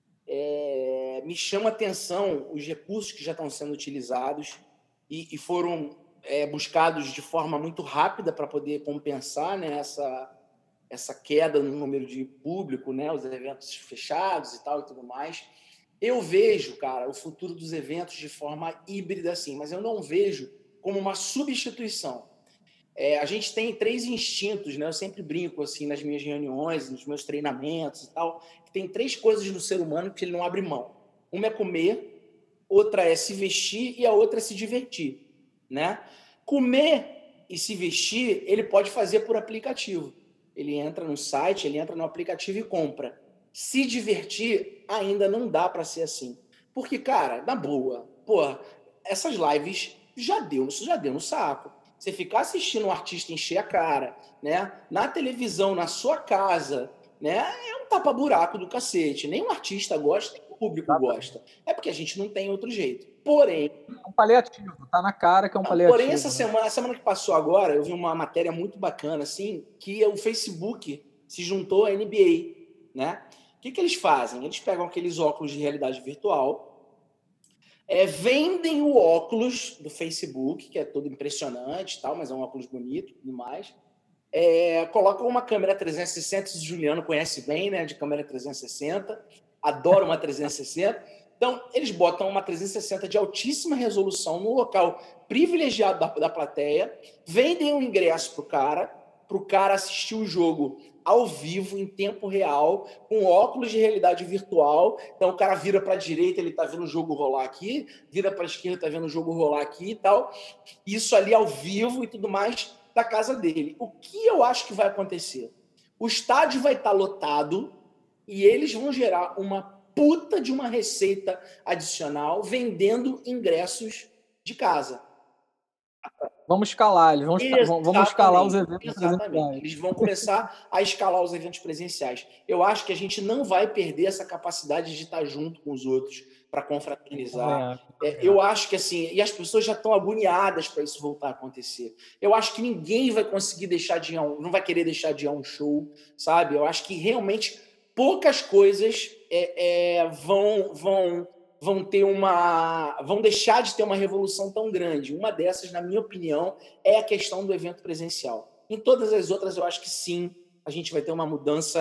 É, me chama a atenção os recursos que já estão sendo utilizados e, e foram é, buscados de forma muito rápida para poder compensar, né, essa, essa queda no número de público, né, os eventos fechados e tal e tudo mais. Eu vejo, cara, o futuro dos eventos de forma híbrida, assim, mas eu não vejo como uma substituição. É, a gente tem três instintos, né? Eu sempre brinco assim nas minhas reuniões, nos meus treinamentos e tal, que tem três coisas no ser humano que ele não abre mão. Uma é comer, outra é se vestir e a outra é se divertir, né? Comer e se vestir, ele pode fazer por aplicativo. Ele entra no site, ele entra no aplicativo e compra. Se divertir, ainda não dá para ser assim. Porque, cara, na boa, pô, essas lives já deu, isso já deu no saco. Você ficar assistindo um artista encher a cara, né? Na televisão, na sua casa, né? É um tapa-buraco do cacete. Nem o artista gosta, nem o público gosta. É porque a gente não tem outro jeito. Porém... É um paliativo, tá na cara que é um não, paliativo. Porém, essa né? semana, a semana que passou agora, eu vi uma matéria muito bacana, assim, que o Facebook se juntou à N B A, né? O que, que eles fazem? Eles pegam aqueles óculos de realidade virtual, É, vendem o óculos do Facebook, que é todo impressionante, tal, mas é um óculos bonito e tudo mais. É, colocam uma câmera trezentos e sessenta, o Juliano conhece bem, né, de câmera trezentos e sessenta, adora uma trezentos e sessenta. Então, eles botam uma trezentos e sessenta de altíssima resolução no local privilegiado da, da plateia, vendem um ingresso para o cara, para o cara assistir o jogo ao vivo, em tempo real, com óculos de realidade virtual. Então, o cara vira para a direita, ele está vendo o jogo rolar aqui, vira para a esquerda, está vendo o jogo rolar aqui e tal. Isso ali ao vivo e tudo mais da casa dele. O que eu acho que vai acontecer? O estádio vai estar lotado e eles vão gerar uma puta de uma receita adicional vendendo ingressos de casa. Vamos escalar, eles vão, Exatamente, vamos escalar os eventos exatamente. presenciais. Eles vão começar a escalar os eventos presenciais. Eu acho que a gente não vai perder essa capacidade de estar junto com os outros para confraternizar. É, eu acho que assim, e as pessoas já estão agoniadas para isso voltar a acontecer. Eu acho que ninguém vai conseguir deixar de ir a um, não vai querer deixar de ir a um show, sabe? Eu acho que realmente poucas coisas é, é, vão vão vão ter uma vão deixar de ter uma revolução tão grande. Uma dessas, na minha opinião, é a questão do evento presencial. Em todas as outras, eu acho que sim, a gente vai ter uma mudança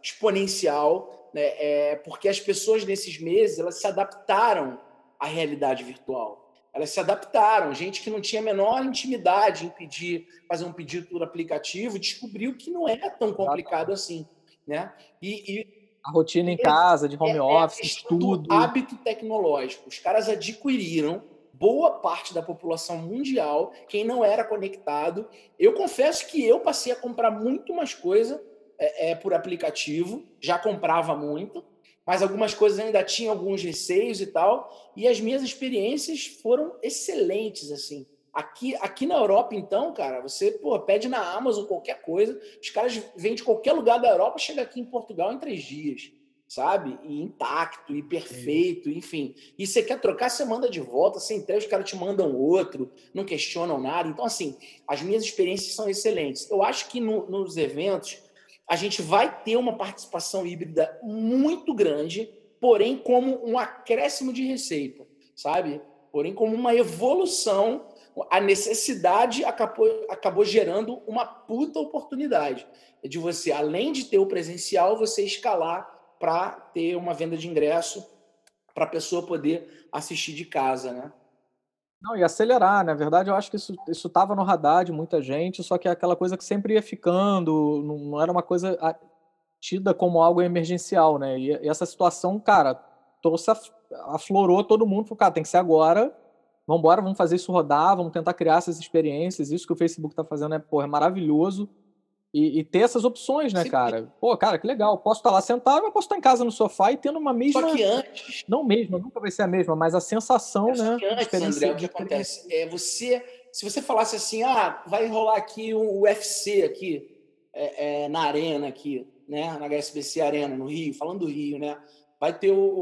exponencial, né? É, porque as pessoas nesses meses elas se adaptaram à realidade virtual. Elas se adaptaram. Gente que não tinha a menor intimidade em pedir, fazer um pedido por aplicativo, descobriu que não é tão complicado assim, né? E, e a rotina em casa, de home é, office, é estudo. Do hábito tecnológico. Os caras adquiriram, boa parte da população mundial, quem não era conectado. Eu confesso que eu passei a comprar muito mais coisa é, é, por aplicativo, já comprava muito, mas algumas coisas ainda tinham alguns receios e tal, e as minhas experiências foram excelentes, assim. Aqui, aqui na Europa, então, cara, você pô, pede na Amazon qualquer coisa, os caras vêm de qualquer lugar da Europa, chega aqui em Portugal em três dias, sabe? E intacto, e perfeito, enfim. E você quer trocar, você manda de volta, você entrega, os caras te mandam outro, não questionam nada. Então, assim, as minhas experiências são excelentes. Eu acho que no, nos eventos a gente vai ter uma participação híbrida muito grande, porém como um acréscimo de receita, sabe? Porém como uma evolução, a necessidade acabou, acabou gerando uma puta oportunidade de você, além de ter o presencial, você escalar para ter uma venda de ingresso para a pessoa poder assistir de casa, né? Não, e acelerar, na verdade, eu acho que isso isso estava no radar de muita gente, só que é aquela coisa que sempre ia ficando, não, não era uma coisa a- tida como algo emergencial, né? E, e essa situação, cara, trouxe, af- aflorou todo mundo, falou, cara, tem que ser agora, vamos embora, vamos fazer isso rodar, vamos tentar criar essas experiências, isso que o Facebook está fazendo é, pô, é maravilhoso, e, e ter essas opções, né, Sim. cara? Pô, cara, que legal, posso estar lá sentado, mas posso estar em casa no sofá e tendo uma Só mesma, que antes, não mesma, nunca vai ser a mesma, mas a sensação, só né, que de antes, André, experiência, o que de experiência. acontece é você, se você falasse assim, ah, vai rolar aqui o U F C aqui é, é, na arena aqui, né, na H S B C Arena no Rio, falando do Rio, né? Vai ter o, o,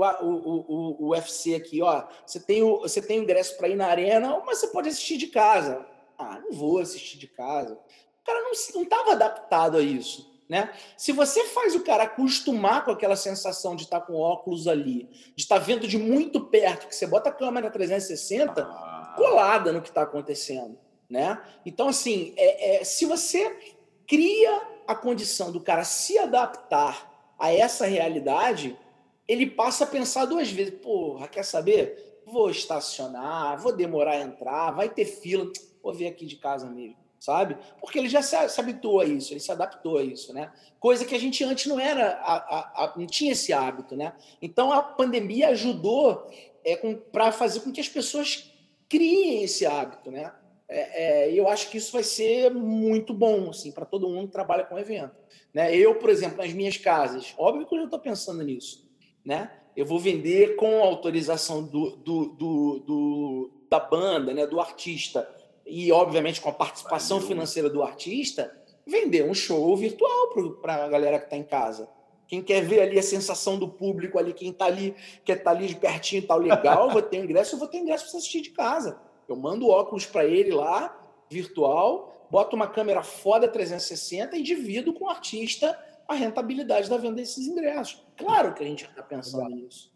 o, o U F C aqui, ó. Você tem o, você tem o ingresso para ir na arena, mas você pode assistir de casa. Ah, não vou assistir de casa. O cara não estava adaptado a isso. Né? Se você faz o cara acostumar com aquela sensação de estar com óculos ali, de estar vendo de muito perto, que você bota a câmera trezentos e sessenta Ah. colada no que está acontecendo. Né? Então, assim, é, é, se você cria a condição do cara se adaptar a essa realidade, ele passa a pensar duas vezes. Porra, quer saber? Vou estacionar, vou demorar a entrar, vai ter fila, vou ver aqui de casa mesmo, sabe? Porque ele já se, se habituou a isso, ele se adaptou a isso, né? Coisa que a gente antes não era, a, a, a, não tinha esse hábito, né? Então a pandemia ajudou é, para fazer com que as pessoas criem esse hábito, né? É, é, eu acho que isso vai ser muito bom assim, para todo mundo que trabalha com evento. Né? Eu, por exemplo, nas minhas casas, óbvio que eu já estou pensando nisso. Né? Eu vou vender com autorização do, do, do, do, da banda, né? Do artista, e, obviamente, com a participação Valeu. financeira do artista, vender um show virtual para a galera que está em casa. Quem quer ver ali a sensação do público ali, quem está ali, quer estar tá ali de pertinho e tal, legal, vou ter ingresso, eu vou ter ingresso para você assistir de casa. Eu mando o óculos para ele lá, virtual, boto uma câmera foda trezentos e sessenta e divido com o artista a rentabilidade da venda desses ingressos. Claro que a gente está pensando Legal. nisso.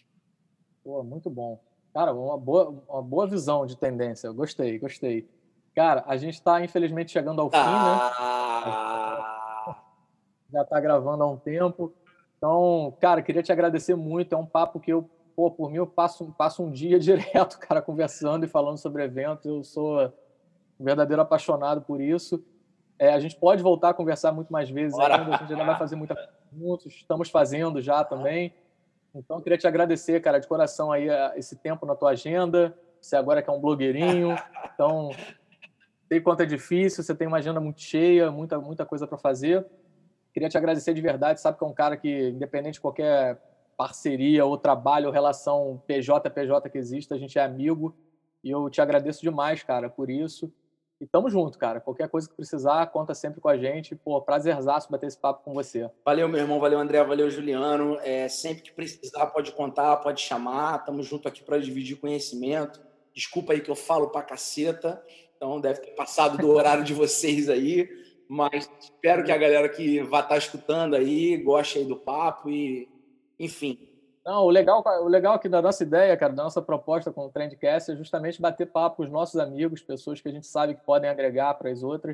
Pô, muito bom. Cara, uma boa, uma boa visão de tendência. Eu gostei, gostei. Cara, a gente está, infelizmente, chegando ao fim, né? Ah, Já está gravando há um tempo. Então, cara, queria te agradecer muito. É um papo que eu, pô, por mim, eu passo, passo um dia direto, cara, conversando e falando sobre eventos. Eu sou um verdadeiro apaixonado por isso. É, a gente pode voltar a conversar muito mais vezes bora. ainda. A gente ainda vai fazer muita coisa juntos. Estamos fazendo já também. Então, eu queria te agradecer, cara, de coração aí esse tempo na tua agenda. Você agora que é um blogueirinho, então sei quanto é difícil, você tem uma agenda muito cheia, muita, muita coisa para fazer. Queria te agradecer de verdade, sabe que é um cara que, independente de qualquer parceria ou trabalho ou relação P J P J que exista, a gente é amigo. E eu te agradeço demais, cara, por isso. E tamo junto, cara. Qualquer coisa que precisar, conta sempre com a gente. Pô, prazerzaço bater esse papo com você. Valeu, meu irmão. Valeu, André. Valeu, Juliano. É, sempre que precisar, pode contar, pode chamar. Estamos junto aqui para dividir conhecimento. Desculpa aí que eu falo pra caceta. Então, deve ter passado do horário de vocês aí. Mas espero que a galera que vai estar escutando aí goste aí do papo e, enfim. Não, o legal, o legal aqui da nossa ideia, cara, da nossa proposta com o Trendcast é justamente bater papo com os nossos amigos, pessoas que a gente sabe que podem agregar para as outras.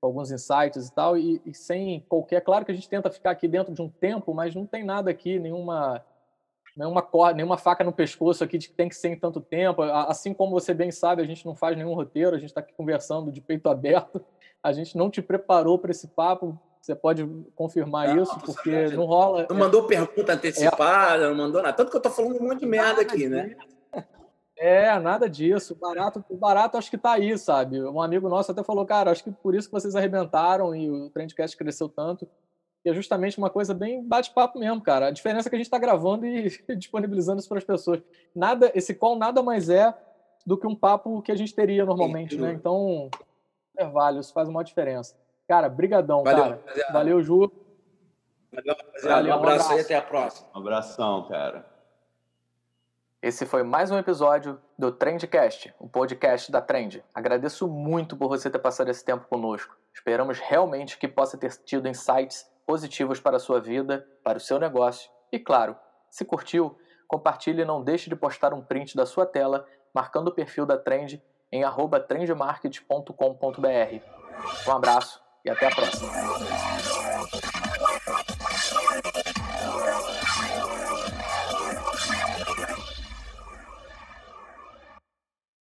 com alguns insights e tal, e, e sem qualquer... Claro que a gente tenta ficar aqui dentro de um tempo, mas não tem nada aqui, nenhuma, nenhuma, corda, nenhuma faca no pescoço aqui de que tem que ser em tanto tempo. Assim como você bem sabe, a gente não faz nenhum roteiro, a gente está aqui conversando de peito aberto, a gente não te preparou para esse papo. Você pode confirmar não, isso, porque sabe, não rola... Não mandou pergunta antecipada, é... não mandou nada. Tanto que eu tô falando um monte de merda aqui, né? É, nada disso. O barato, o barato acho que tá aí, sabe? Um amigo nosso até falou, cara, acho que por isso que vocês arrebentaram e o Trendcast cresceu tanto. E é justamente uma coisa bem bate-papo mesmo, cara. A diferença é que a gente tá gravando e disponibilizando isso para as pessoas. Nada, esse call nada mais é do que um papo que a gente teria normalmente, né? Então, intervalo, isso faz uma diferença. Cara, brigadão, Valeu, cara. Rapaziada. Valeu, Ju. Valeu, Valeu, um abraço, abraço aí, até a próxima. Um abração, cara. Esse foi mais um episódio do Trendcast, um podcast da Trend. Agradeço muito por você ter passado esse tempo conosco. Esperamos realmente que possa ter tido insights positivos para a sua vida, para o seu negócio. E claro, se curtiu, compartilhe e não deixe de postar um print da sua tela, marcando o perfil da Trend em arroba trendmarket ponto com ponto br. Um abraço e até a próxima.